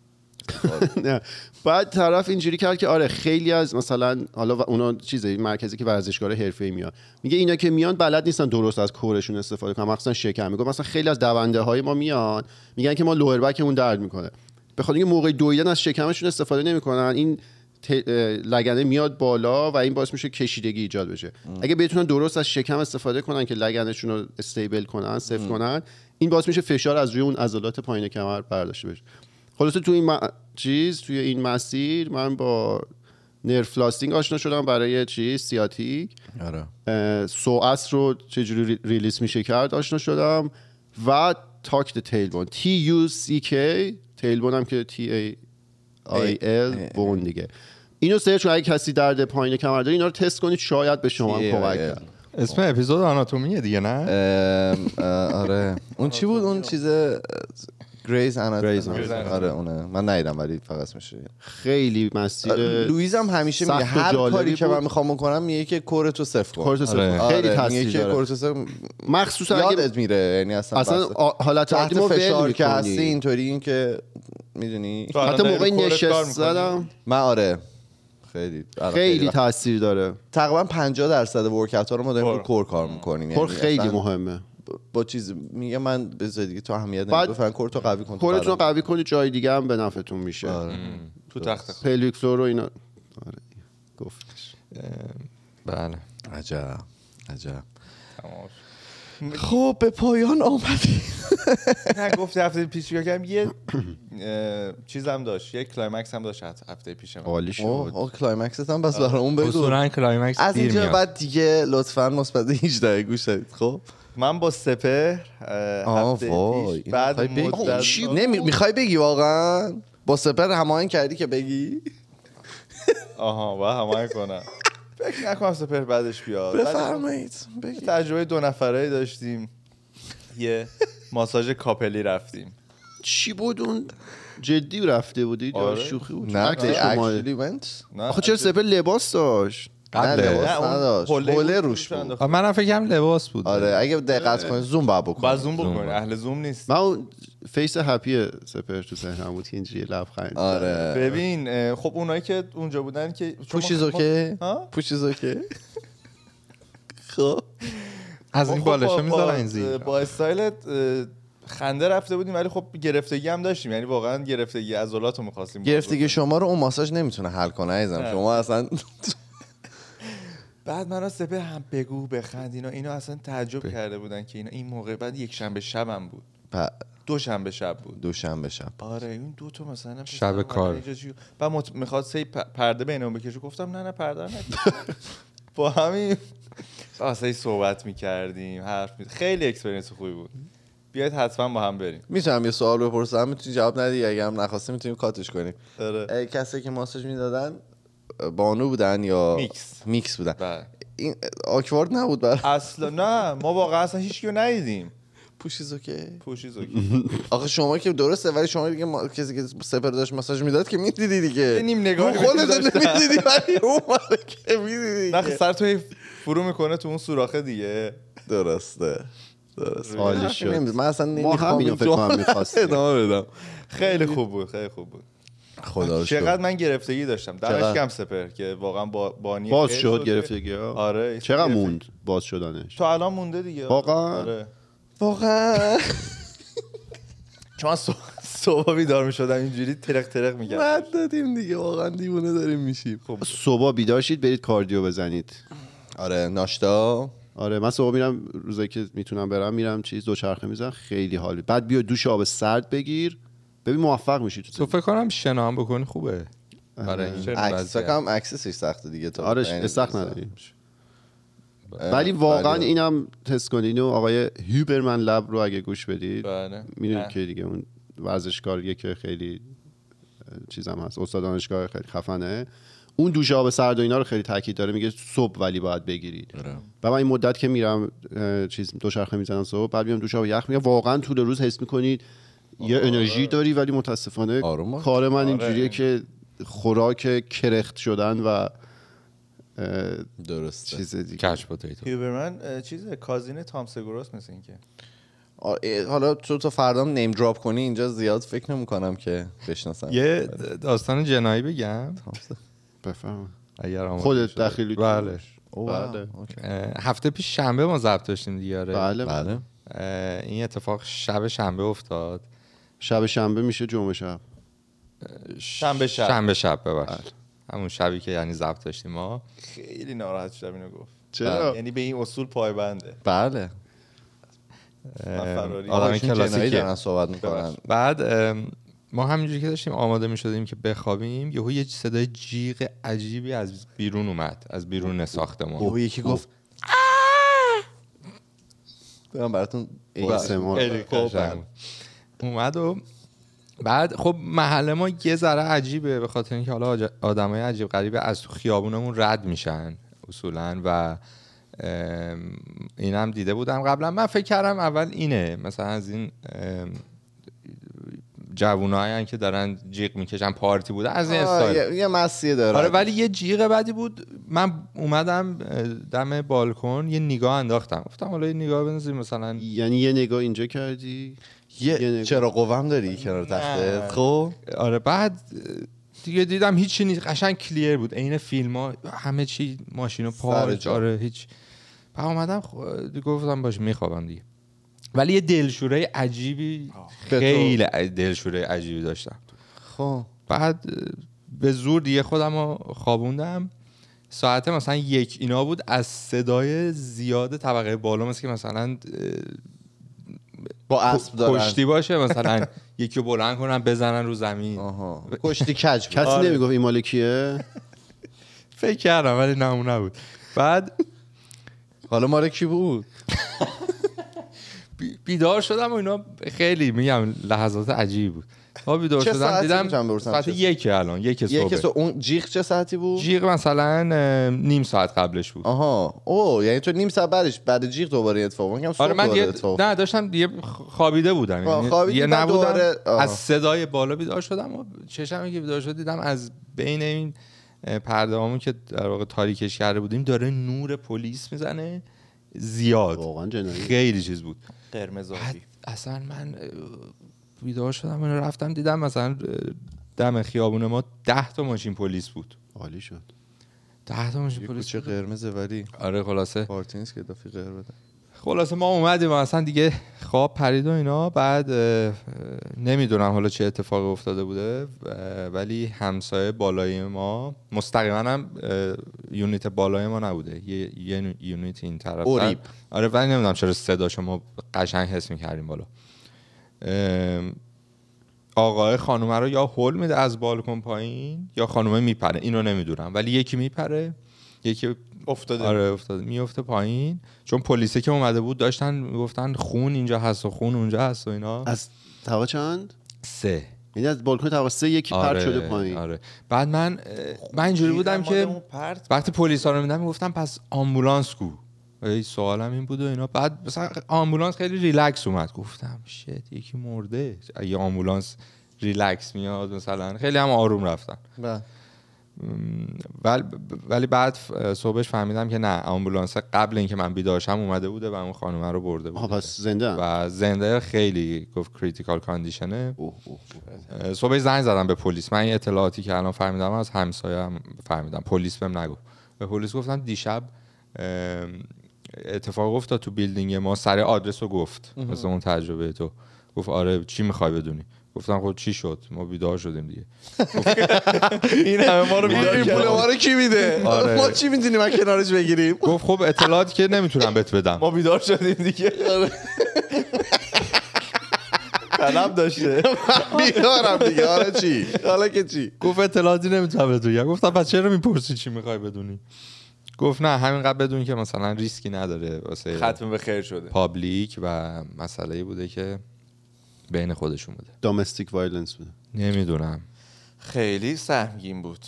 نه بعد طرف اینجوری کرد که آره خیلی از مثلا حالا اونا چیزه مرکزی که ورزشکار حرفه‌ای میاد، میگه اینا که میان بلد نیستن درست از کورشون استفاده کنن، مثلا شکم. میگه مثلا خیلی از دونده های ما میان میگن که ما لوئر بکمون درد میکنه، بخاطر اینکه موقع دویدن از شکمشون استفاده نمیکنن، این لگنه میاد بالا و این باعث میشه کشیدگی ایجاد بشه. ام. اگه بتونن درست از شکم استفاده کنن که لگنشون رو استیبل کنن، صفر کنن، این باعث میشه فشار از روی اون عضلات پایین کمر برداشته بشه. خلاصه تو این م... چیز توی این مسیر من با نرو فلاستینگ آشنا شدم برای چیز سیاتیک. آره. سوئاس رو چجوری ریلیس میشه کرد آشنا شدم و تاک د تیلبون، تی یو سی کی تیلبون هم که تی ای آی ال بون دیگه. اینو سرچ کنید اگه کسی درد پایین کمر داره اینا رو تست کنید، شاید به شما هم کمک کنه. اسم اپیزود آناتومیه دیگه نه؟ آره اون چی بود اون چیز گریز آناتومی؟ آره اونه من ندیدم ولی فقط میشه. خیلی مسیر لوئیز هم همیشه میگه هر کاری که من میخوام بکنم میگه که کورتو صفر کن. کورتو صفر خیلی تاثیر داره. کورتو صفر مخصوصا یادت میره، یعنی اصلا اصلا حالت عادی ما فشار که هستی اینطوری این که میدونی حتی موقعی نشستم من آره خیلی خیلی تاثیر داره. تقریبا پنجاه درصد ورکاوت ها رو ما داریم رو کور کار میکنیم. کور خیلی مهمه. با چیز میگه من بذار دیگه تو اهمیت نمیدی فقط کورتو قوی کن کورتو قوی کنی جای دیگه هم به نفعتون میشه. آره. تو تخت پلویکسور رو اینا آره گفتش. بله عجب عجب. خب به پایان آمدیم. نه گفتی هفته پیش چیکار کردم، یه چیزم داشت، یه کلایمکس هم داشت هفته پیش. عالی شد. اوه کلایمکس هم بس برامون بگو. اصولا کلایمکس از اینجا بعد دیگه لطفاً مثبت هجده گوش دادید. خب من با سپر هفته پیش بعد مدت نمیخوای بگی واقعا با سپر هماهنگ کردی که بگی؟ آها با هماهنگ کنم. فکر نکنم سپر بعدش بیاد. بفرمایید. تجربه دو نفره داشتیم، یه ماساژ کاپلی رفتیم. چی بود اون؟ جدی رفته بودید یا شوخی بود؟ نه اکچولی ونت. آخه چرا سپر لباس داشت؟ نه لباس نداشت، حوله روش بود. منم فکرم لباس بود. آره اگه دقت کنید زوم با بکنید. با زوم بکنید، اهل زوم نیست. من اون فیس هپی سپر تو ذهنم بود که اینجوری لبخند. آره ببین خب اونایی که اونجا بودن که پوشیز اوکی؟ پوشیز اوکی؟ خب از این بالاشو میذارن این زیر. با استایل خنده رفته بودیم ولی خب گرفتگی هم داشتیم، یعنی واقعا گرفتگی عضلاتو می‌خواستیم. گرفتگی شما رو اون ماساژ نمیتونه حل کنه عزیزم. شما اصلا بعد من از سپر هم بگو بخند اینا اینا اصلا تعجب ب... کرده بودن که اینا این موقع بعد یک شنبه شبم بود. ب... دو شنبه شب بود. دو شنبه شب. آره این دو تا مثلا شب کار. بعد مت... میخواد سی پ... پرده بینمون بکشه، گفتم نه نه پرده نکش. با همین واسه صحبت می‌کردیم، حرف می... خیلی اکسپریانس خوبی بود. بیاید حتما با هم بریم. میتونم یه سوال بپرسم؟ میتونی جواب ندی، اگه هم نخواستی میتونیم کاتش کنیم. آره. کسی که ماساژ میدادن بانو بودن یا میکس میکس بودن؟ بله. این آکوارد نبود برای اصلا؟ نه ما واقعا اصلا هیچ کیو ندیدیم. پوشیز اوکی پوشیز اوکی. آخه شما که درسته ولی شما دیگه ما... کسی که سپر داشت ماساژ میداد که میدیدی دیگه. نیم نگاهی خودت نمیدیدی ولی اون مال که میدیدی. نه سر تو فرو میکنه تو اون سوراخه دیگه. درسته درست. عالی شد. من اصلا ما همینو فکر کنم می‌خواستیم ادامه بدم. خیلی خوب بود، خیلی خوب بود. خدا رو شکر. چقدر من گرفتگی داشتم. دمش گرم سپر که واقعا با بانی باز شد گرفتگی ها. آره چقدر موند باز شدنش؟ تو الان مونده دیگه. واقعا آره واقعا چون صبح بیدار می‌شدم اینجوری ترق ترق می‌کردم. مد دادیم دیگه، واقعا دیوونه داریم میشیم. خب صبح بیدار شید برید کاردیو بزنید. آره ناشتا. آره من صبح میرم روزایی که میتونم برم میرم چیز دوچرخه میزنم، خیلی حالی. بعد بیا دوش آب سرد بگیر ببین موفق میشی. تو فکر کنم شنا هم بکنی خوبه. آره عکس فکرم عکسش سخته دیگه. تو آره سخت نداریم ولی واقعا اینم تست کنین و آقای هیوبرمن لب رو اگه گوش بدید میدونید که دیگه اون ورزشکاریه که خیلی چیزام هست، استاد دانشگاه خیلی خفنه. اون دوش آب سرد و اینا رو خیلی تاکید داره، میگه صبح ولی باید بگیرید. و من این مدت که میرم چیز دوچرخه میزنم صبح، بعد میام دوش آب یخ میگم واقعا طول روز حس میکنید یه انرژی داری، ولی متاسفانه کار من اینجوریه که خوراک کرخت شدن و درسته چیز دیگه. کچ پوتیتو. هیوبرمن چیزه کازین تام سگوراس مثل این که. حالا تو تو فردام نیم دراپ کنی اینجا زیاد فکر نمی‌کنم که بشناسم. یه داستان جنایی بگم. بفرمایید. اگر خودت داخلی. بله. بله. هفته پیش شنبه ما ضبط داشتیم دیگه. بله بله. این اتفاق شب شنبه افتاد. شب شنبه میشه جمعه شب. شنبه شب. شنبه شب ببخشید. همون شبی که یعنی ضبط داشتیم ما. خیلی ناراحت شدم اینو گفت. چرا؟ یعنی به این اصول پایبنده. بله. آدم کلاسیکی دارن صحبت میکنن. بعد ما همینجوری که داشتیم آماده میشدیم که بخوابیم یهو یه صدای جیغ عجیبی از بیرون اومد، از بیرون ساختمون. یهو یکی گفت برام براتون خیلی اومد و بعد خب محله ما یه ذره عجیبه به خاطر اینکه حالا آدمای عجیب غریبه از تو خیابونمون رد میشن اصولا و اینم دیده بودم قبلا. من فکر کردم اول اینه مثلا از این جوونایی که دارن جیغ میکشن پارتی بوده از این استایل یه مسیه داره. آره ولی یه جیغ بعدی بود. من اومدم دم بالکن یه نگاه انداختم، گفتم حالا یه نگاه بندازیم مثلا. یعنی یه نگاه اینجا کردی؟ یه چرا قوام داری کنار تخته؟ خب آره بعد دیگه دیدم هیچی نیست، قشنگ کلیر بود عین فیلم‌ها، همه چی ماشینو پارک. آره هیچ. بعد اومدم دیگه گفتم باشه میخوابم دیگه. ولی یه دلشوره عجیبی خیلی دلشوره عجیبی داشتم. خب بعد به زور دیگه خودم رو خوابوندم. ساعت مثلا یک اینا بود، از صدای زیاد طبقه بالا مثل که مثلا با اسب دارن کشتی باشه، مثلا یکی رو بلند کنن بزنن رو زمین. آها کشتی کج. کسی آره. نمیگفت این مال کیه؟ فکر کردم ولی نه اون نبود. بعد حالا مال کی بود؟ بیدار شدم و اینا، خیلی میگم لحظات عجیبی بود. ها بیدار شدم دیدم ساعت یک الان یک صبح. یک صبح. اون جیغ چه ساعتی بود؟ جیغ مثلا نیم ساعت قبلش بود. آها اوه یعنی تو نیم ساعت بعدش بعد جیغ دوباره اتفاق میگم صبح. آره من دیگه نه داشتم دیگه خوابیده بودم، یعنی دیگه نبودم. از صدای بالا بیدار شدم و چشمی که بیدار شد دیدم از بین این پرده هامون که در واقع تاریکش کرده بودیم داره نور پلیس میزنه زیاد. واقعا جنایی. خیلی چیز بود قرمز آبی. اصلا من بیدار شدم و رفتم دیدم مثلا دم خیابون ما ده تا ماشین پلیس بود. عالی شد. ده تا ماشین پلیس چه قرمزه ولی آره خلاصه پارتینس که دافی قرمز بده. خلاصه ما اومدیم اصلا دیگه خواب پرید و اینا. بعد نمیدونم حالا چه اتفاقی افتاده بوده ولی همسایه بالای ما مستقیما هم یونیت بالای ما نبوده، یه, یه یونیت این طرف. آره ولی نمیدونم چرا صداشو ما قشنگ حس می‌کردیم بالا. آقای خانومه رو یا هول میده از بالکن پایین یا خانومه میپره، اینو نمیدونم ولی یکی میپره یکی افتاده. آره افتاده میفته پایین، چون پلیسه که اومده بود داشتن میگفتن خون اینجا هست و خون اونجا هست و اینا. از طبقه چند؟ سه. یعنی از بالکن طبقه سه یکی آره، پرت شده پایین. آره. بعد من من اینجوری بودم که وقتی پلیسا رو میدن میگفتم پس آمبولانس کو. ای سوالم این بود و اینا. بعد مثلا آمبولانس خیلی ریلکس اومد، گفتم شت یکی مرده. اگه آمبولانس ریلکس میاد مثلا خیلی هم آروم رفتن. ولی ولی بعد صبحش فهمیدم که نه، آمبولانس قبل اینکه من بیدار شم اومده بوده و اون خانومه رو برده بوده. پس زنده و زنده خیلی گفت کریتیکال کاندیشنه. صبح زنگ زدم به پلیس. من این اطلاعاتی که الان فهمیدم از همسایه‌ام فهمیدم، پلیس بهم نگفت. به پلیس گفتم دیشب اتفاق افتاد تو بیلدینگ ما، سر آدرس رو گفت مثل اون تجربه تو. گفت آره چی میخوای بدونی؟ گفتم خب چی شد؟ ما بیدار شدیم دیگه. این همه ما رو بیدار کرد. پول ما رو کی میده؟ آره. ما چی میدونیم ما کنارش بگیریم؟ گفت خب اطلاعاتی که نمیتونم بهت بدم. ما بیدار شدیم دیگه. طلب داشته. بیدارم دیگه. حالا چی؟ حالا که چی؟ گفت اطلاعاتی نمیتونم بهت بگم. گفتم پس چرا میپرسی چی میخوای بدونی؟ گفت نه همینقدر بدون که مثلا ریسکی نداره واسه ختم به خیر شده پابلیک و مسئله‌ای بوده که بین خودشون بوده. دامستیک وایلنس بوده. نمیدونم. خیلی سهمگین بود.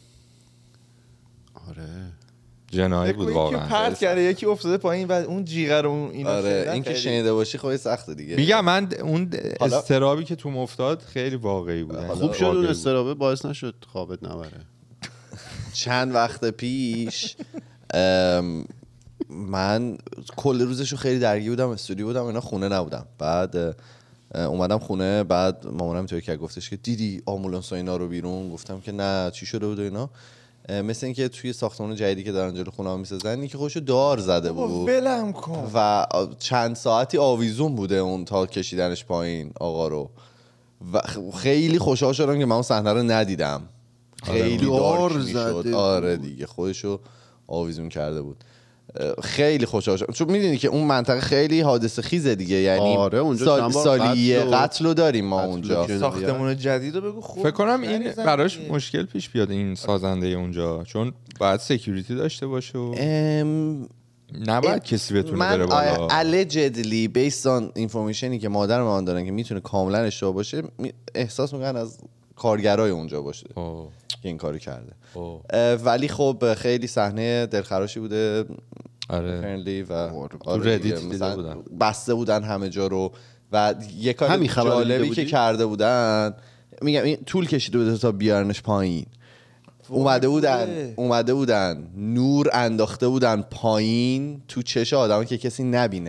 آره. جنایی بود واقعا. یکی پرت کرده یکی افتاده پایین و اون جیغه رو اینا. آره این که شنیده باشی خیلی سخته دیگه. میگم من اون استرابی که تو افتاد خیلی واقعی بود. خوب شد اون استرابه باعث نشد خوابت نبره. چند وقت پیش من کل روزشو خیلی درگیر بودم، استودیو بودم اینا، خونه نبودم. بعد اومدم خونه، بعد مامانم اینطوری که گفتش که دیدی آمبولانس و اینا رو بیرون؟ گفتم که نه چی شده بود اینا. مثل اینکه توی ساختمان جدیدی که دارن جلو خونه‌ام میسازن یکی خودشو دار زده بود. ولم کن. و چند ساعتی آویزون بوده اون تا کشیدنش پایین آقا رو. و خیلی خوشحال شدم که من اون صحنه رو ندیدم. خیلی دار زده. آره دیگه خودشو آویزون کرده بود. خیلی خوشحال شدم چون میدونی که اون منطقه خیلی حادثه خیزه دیگه، یعنی آره اونجا سال سالیه قتل رو داریم ما اونجا. ساختمون جدید رو بگو خوب. فکر کنم این براش مشکل پیش بیاد این سازنده اونجا، چون باید سکیوریتی داشته باشه و ام... نباید کسی بتونه بره بالا. من allegedly based on informationی که مادر من دارن که میتونه کاملا اشتباه باشه، احساس میکنن از کارگرای اونجا باشه اوه. که این کارو کرده. ولی خب خیلی صحنه دلخراشی بوده. آره فرندلی و تو ردیت دیده بودن بسته بودن همه جا رو و یه کار جالبی که کرده بودن، میگم این طول کشیده بوده تا بیارنش پایین. اومده بودن اومده بودن نور انداخته بودن پایین تو چش آدم که کسی نبینه.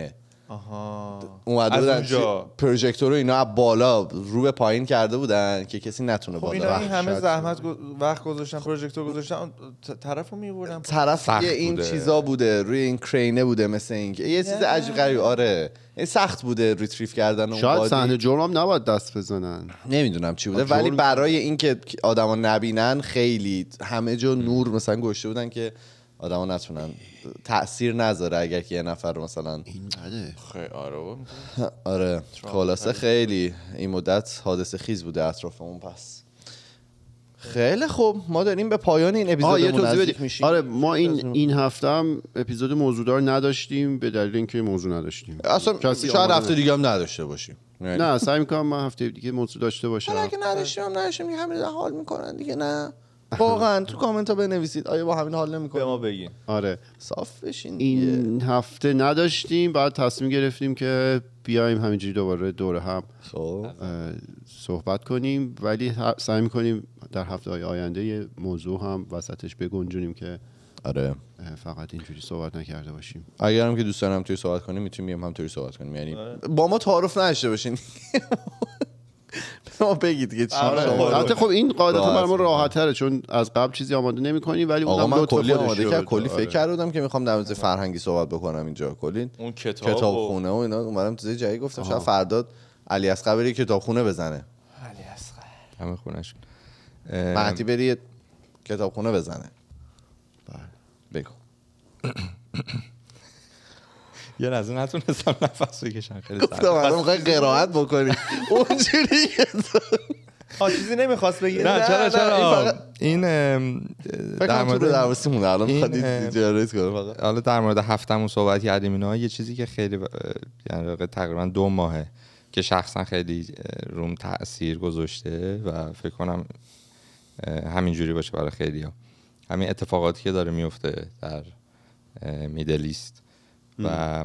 آها اومده بودن پروژکتور رو اینا بالا رو به پایین کرده بودن که کسی نتونه خب بالا. اینا این همه زحمت وقت گذاشتن پروژکتور گذاشتن طرفو میبردن طرف این بوده. چیزا بوده روی این کرینه بوده مثل این یه چیز عجیب غریب. آره این سخت بوده ریتریف کردن اون. شاید صحنه جرم هم نباید دست بزنن نمیدونم چی بوده ولی برای اینکه آدما نبینن خیلی همه جا نور مثلا گذاشته بودن که آدما نتونن تأثیر نذاره اگر که یه نفر مثلا اینقدر خیلی آره آره خلاصه خیلی این مدت حادثه خیز بوده اطرافمون. پس خیلی خوب ما داریم به پایان این اپیزودمون نزدیک میشیم. آره ما این این هفته هم اپیزود موضوعدار نداشتیم به دلیل اینکه موضوع نداشتیم. اصلا شاید هفته دیگه هم نداشته باشیم. نه سعی می‌کنم من هفته دیگه موضوع داشته باشم. حالا اگه نداشتیم هم نداشتیم همین حال میکنن دیگه. نه واقعا تو کامنت ها بنویسید آیا با همین حال نمیکنه به ما بگین. آره صاف بشین. این هفته نداشتیم بعد تصمیم گرفتیم که بیایم همینجوری دوباره دور هم صحبت کنیم ولی سعی میکنیم در هفته های آینده یه موضوع هم وسطش بگنجونیم که آره فقط اینجوری صحبت نکرده باشیم. اگرم که دوست دارم توی صحبت کنیم میتونیم هم توی صحبت کنیم یعنی با ما تعارف نداشته باشین. ما بگید دیگه چی. البته خب این قاعدتا برای ما راحت تره چون از قبل چیزی آماده نمی‌کنیم ولی اونم من کلی آماده کردم کلی فکر کردم که میخوام در مورد فرهنگی صحبت بکنم اینجا کلی اون کتاب کتابخونه و اینا اومدم تو جایی گفتم شاید فردا علی اصغر بری کتابخونه بزنه. علی اصغر همه خونه‌ش مهدی بری کتابخونه بزنه. بله بگو. یه لحظه نتونستم نفس بکشم خیلی سخت. گفتم الان می‌خوای قرائت بکنی اونجوری که ها چیزی نمی‌خواست بگی. نه چرا چرا این در مورد درسمون الان می‌خواد دیجریت کنه فقط. حالا در مورد هفتمون صحبت کردیم اینا یه چیزی که خیلی یعنی تقریبا دو ماهه که شخصا خیلی روم تأثیر گذاشته و فکر کنم همینجوری باشه برای خیلی‌ها. همین اتفاقاتی که داره میفته در میدل ایست و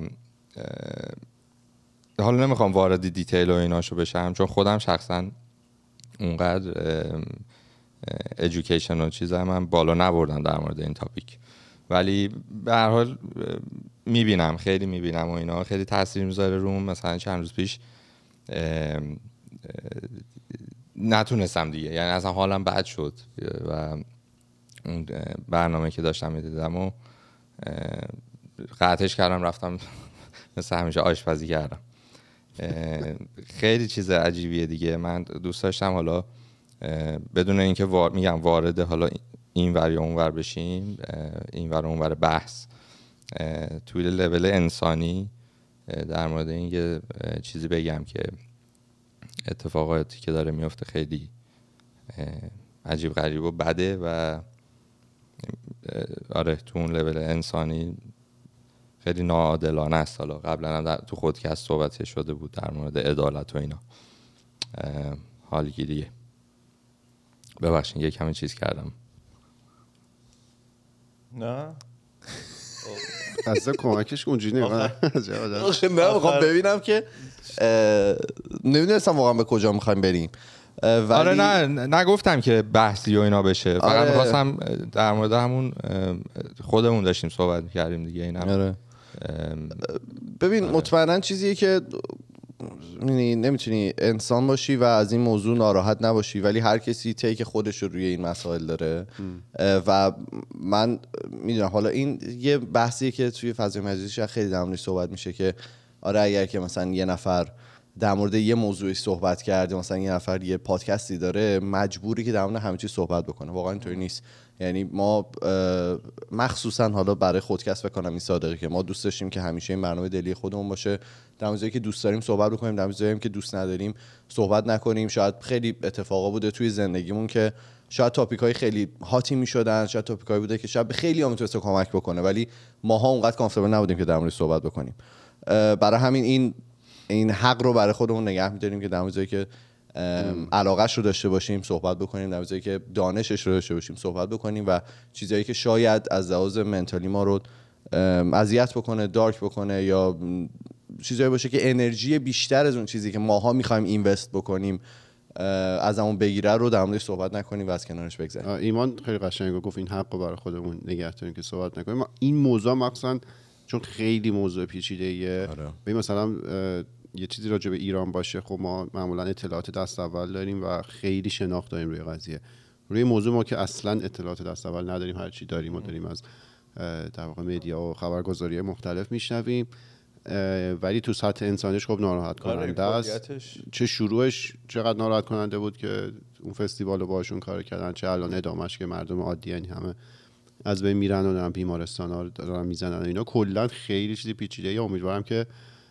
حالا نمیخوام وارد دیتیل و ایناشو بشم چون خودم شخصا اونقدر ایژوکیشن و چیزا من بالا نبردم در مورد این تاپیک ولی به هر حال میبینم خیلی میبینم و اینا خیلی تاثیر میذاره روم. مثلا چند روز پیش نتونستم دیگه یعنی اصلا حالم بد شد و اون برنامه که داشتم میدیدم و قطعش کردم رفتم مثل همیشه آشپزی کردم. خیلی چیز عجیبیه دیگه. من دوست داشتم حالا بدون اینکه وار... میگم وارد حالا این ور یا اون ور بشیم این ور اون ور بحث توی لول انسانی در مورد این یه چیزی بگم که اتفاقاتی که داره میفته خیلی عجیب غریب و بده و آره تو اون لول انسانی خیلی ناعادلانه است. حالا قبلا هم تو خودکست صحبت شده بود در مورد عدالت و اینا. حالی دیگه ببخشید یک کمی چیز کردم. نه اصلا کمکش اونجوری نمی‌کنه. نه میخوام ببینم که نمیدونستم واقعا به کجا میخوایم بریم. ولی... آره نه نگفتم که بحثی و اینا بشه فقط آره. میخواستم در مورد همون خودمون داشتیم صحبت میکردیم دیگه اینم آره. ببین آره. مطمئنا چیزیه که نمیتونی انسان باشی و از این موضوع ناراحت نباشی ولی هر کسی تیک خودش رو روی این مسائل داره و من میدونم حالا این یه بحثیه که توی فضای مجازی خیلی در موردش صحبت میشه که آره اگر که مثلا یه نفر در مورد یه موضوعی صحبت کرده مثلا یه نفر یه پادکستی داره مجبوری که در مورد همه چیز صحبت بکنه. واقعا اینطوری نیست. یعنی ما مخصوصا حالا برای خودکست بکنم این صادقی که ما دوست داشتیم که همیشه این برنامه دلی خودمون باشه در موضوعی که دوست داریم صحبت بکنیم در موضوعی که دوست نداریم صحبت نکنیم. شاید خیلی اتفاقا بوده توی زندگیمون که شاید تاپیکای خیلی هاتی میشدن شاید تاپیکایی بوده که شاید به خیلی ها میتونسته کمک بکنه ولی ماها اونقدر کامفورتبل نبودیم که در موردش صحبت بکنیم. برای همین این این حق رو برای خودمون نگه می‌داریم که در موضوعی که علاقه‌اش رو داشته باشیم صحبت بکنیم در موضوعی که دانشش رو داشته باشیم صحبت بکنیم و چیزایی که شاید از لحاظ منتالی ما رو اذیت بکنه دارک بکنه یا چیزایی باشه که انرژی بیشتر از اون چیزی که ماها می‌خوایم اینوست بکنیم از همون بگیره رو در موردش صحبت نکنیم و از کنارش بگذریم. ایمان خیلی قشنگ گفت این حق رو برای خودمون نگه داریم که صحبت نکنیم. این موضوع مخصوصا چون خیلی موضوع پیچیده‌ایه. ببین مثلا یه چیزی راجع به ایران باشه، خب ما معمولا اطلاعات دست اول داریم و خیلی شناخت داریم روی قضیه. روی موضوع ما که اصلا اطلاعات دست اول نداریم، هر چی داریم ما داریم از در واقع مدیا و خبرگزاری مختلف میشنویم، ولی تو سطح انسانیش خب ناراحت کننده است. چه شروعش چقدر ناراحت کننده بود که اون فستیوالو باشون کار کردن، چه الان ادامهش که مردم عادی یعنی همه از بین میرن و دارن بیمارستانا رو دارن میزنن. اینا کلا خیلی چیز پیچیده‌ای. امیدوارم که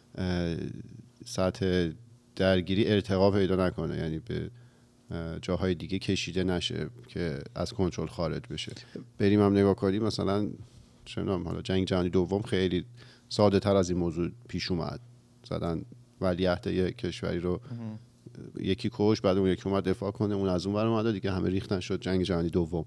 سطح درگیری ارتقا پیدا نکنه، یعنی به جاهای دیگه کشیده نشه که از کنترل خارج بشه. بریم هم نگاه کنیم مثلا چه می‌دونم، حالا جنگ جهانی دوم خیلی ساده تر از این موضوع پیش اومد. زدن ولیعهد یک کشوری رو یکی کش، بعد اون یکی اومد دفاع کنه، اون از اون ور اومد دیگه همه ریختن، شد جنگ جهانی دوم.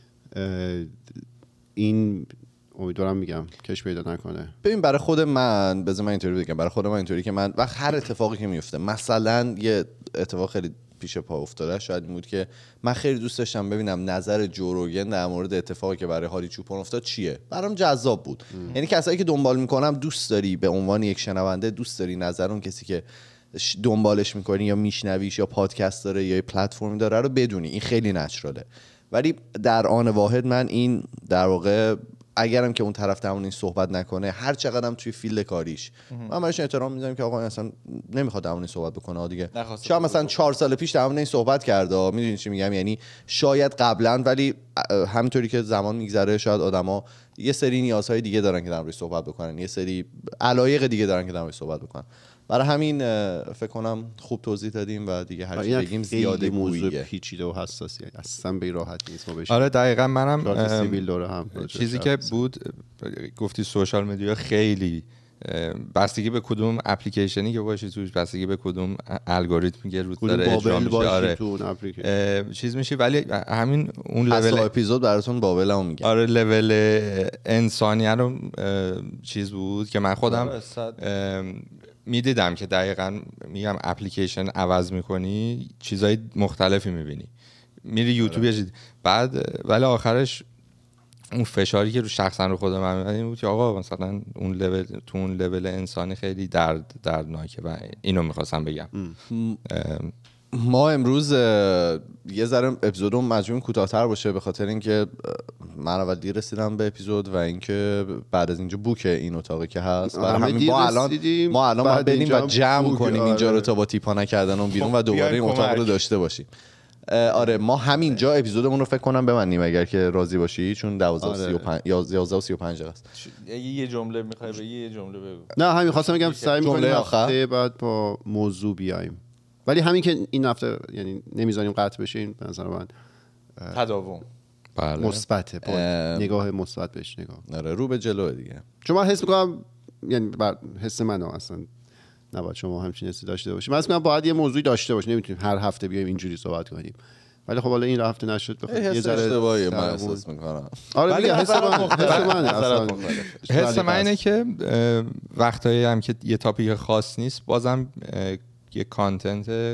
این امیدوارم میگم کش پیدا نکنه. ببین برای خود من، بذار من اینطوری بگم، برای خود من اینطوری که من وقت هر اتفاقی که میفته، مثلا یه اتفاق خیلی پیش پا افتاده شاید این بود که من خیلی دوست داشتم ببینم نظر جو روگن در مورد اتفاقی که برای هاری چوپان افتاد چیه. برام جذاب بود. ام. یعنی کسایی که دنبال میکنم دوست داری به عنوان یک شنونده دوست داری نظر اون کسی که دنبالش میکنی یا میشنویش یا پادکست داره یا پلتفرم داره رو بدونی. این خیلی نچراله. ولی در آن واحد من این در واقع اگرم که اون طرف تمون این صحبت نکنه، هر چقدرم توی فیلد کاریش من بهش احترام میذارم که آقا اصلا نمیخواد تمون این صحبت بکنه دیگه. شاید مثلا چهار سال پیش تمون این صحبت کرده، میدونی چی میگم، یعنی شاید قبلا، ولی همونطوری که زمان میگذره شاید آدما یه سری نیازهای دیگه دارن که در موردش صحبت بکنن، یه سری علایق دیگه دارن که در موردش صحبت بکنن. برای همین فکر کنم خوب توضیح دادیم و دیگه هر چی بگیم زیاده موضوع پیچیده و حساسیه، اصلا به راحتی نیست ما بهش. آره دقیقاً. منم سیبیل دوره هم چیزی که بود گفتی سوشال مدیا خیلی بستگی به کدوم اپلیکیشنی که باشی توش، بستگی به کدوم الگوریتمی که روت داره اجرا میشه، آره تو اون اپلیکیشن چیز میشی. ولی همین اون لول اپیزود براتون بابل هم میگم، آره لول انسانی رو چیز بود که من خودم میدیدم که دقیقاً میگم اپلیکیشن عوض میکنی چیزای مختلفی میبینی، میری یوتیوب یه چیز بعد، ولی آخرش اون فشاری که رو شخصا رو خود من میاد این بود که آقا مثلا اون لول تو اون لول انسانی خیلی درد دردناکه و اینو میخواستم بگم. ما امروز یه ذره اپیزودمون مجموعاً کوتاه‌تر باشه به خاطر اینکه من اول دیر رسیدم به اپیزود و اینکه بعد از اینجا بوک این اتاقی که هست، برای همین ما الان ما الان باید بریم و جمع کنیم اینجا رو تا با تیپا نکردن اون بیرون و دوباره این اتاق رو داشته باشیم. آره ما همینجا اپیزودمون رو فکر کنم ببندیم اگر که راضی باشی، چون دوازده و سی و پنج یا یازده و سی و پنج است. یه جمله میخوای بگی؟ یه جمله بگو. نه همین خواستم بگم سعی می‌کنیم هفته بعد با موضوع بیایم، ولی همین که این هفته یعنی نمیذاریم قطع بشه، این به نظر من تداوم مثبته، با نگاه مثبت بهش نگاه. آره رو به جلو دیگه. چون من حس می‌کنم یعنی بر حس منو اصلا نباید شما همچین حسی داشته باشید. من اصلا باید یه موضوعی داشته باشیم، نمیتونیم هر هفته بیایم اینجوری صحبت کنیم. ولی خب حالا این هفته نشد بخاطر یه ذره اشتباهی من احساس می‌کنم. آره ولی حس من حس من اینه که وقتایی هم که یه تاپیک خاص نیست بازم یه کانتنت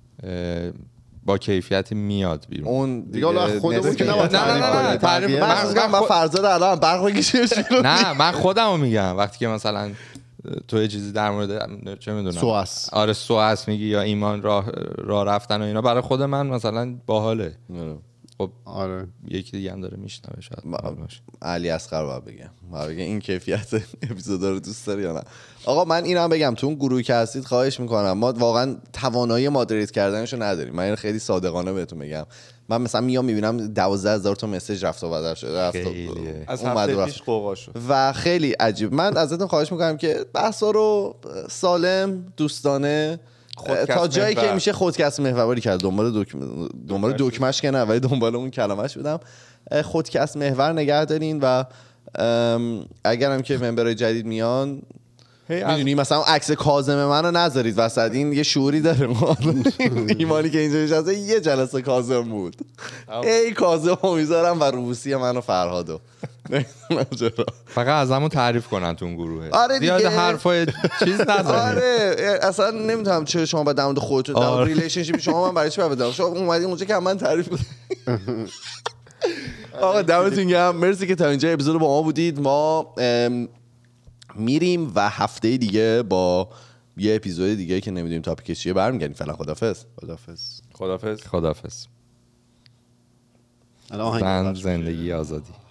با کیفیت میاد بیرون. اون دیگه حالا خودمون که نباید تعریف کنیم. تعریف من من فرضا الان برق بگیشیم. نه من خودمو میگم وقتی که مثلا تو یه چیزی در مورد چه میدونم سواس آره سواس میگی یا ایمان راه راه رفتن و اینا، برای خود من مثلا باحاله. خب آره یکی دیگه هم داره میشنوه شاید علی اصغر باید بگم باید بگم این کیفیت اپیزودا رو دوست داری یا نه. آقا من اینم بگم تو اون گروهی که هستید خواهش میکنم، ما واقعا توانایی مادریت کردنشو نداریم. من اینو خیلی صادقانه بهتون میگم. من مثلا میام میبینم دوازده هزار تا مسیج رفت و بدل شده رفت از هفته پیش قوقا شد و خیلی عجیب. من ازتون خواهش میکنم که بحثا رو سالم دوستانه تا جایی که میشه خودکست محوری کرد. دنبال دکمه دنبال دکمهش که نه ولی دنبال اون کلمه‌اش بودم. خودکست محور نگه دارین و اگرم که ممبرای جدید میان میدونی مثلا عکس کاظم منو نذارید وسط، این یه شعوری داره. ایمانی که اینجا نشسته یه جلسه کاظم بود، ای کاظم میذارم و روسی منو فرهادو. فقط از همون تعریف کنن تو اون گروه. آره زیاد حرفای چیز نزنید. آره اصلا نمیدونم چه شما با دمد خودتون در ریلیشنشیپ شما من برای چی بدم شما اومدین اونجا که من تعریف کنم. آقا دمتون گرم، مرسی که تا اینجا اپیزود با ما بودید. ما میریم و هفته دیگه با یه اپیزود دیگه که نمیدونیم تاپیکش چیه برمیگردیم. فعلا خدافظ. خدافظ. خدافظ. خدافظ. زن زندگی آزادی.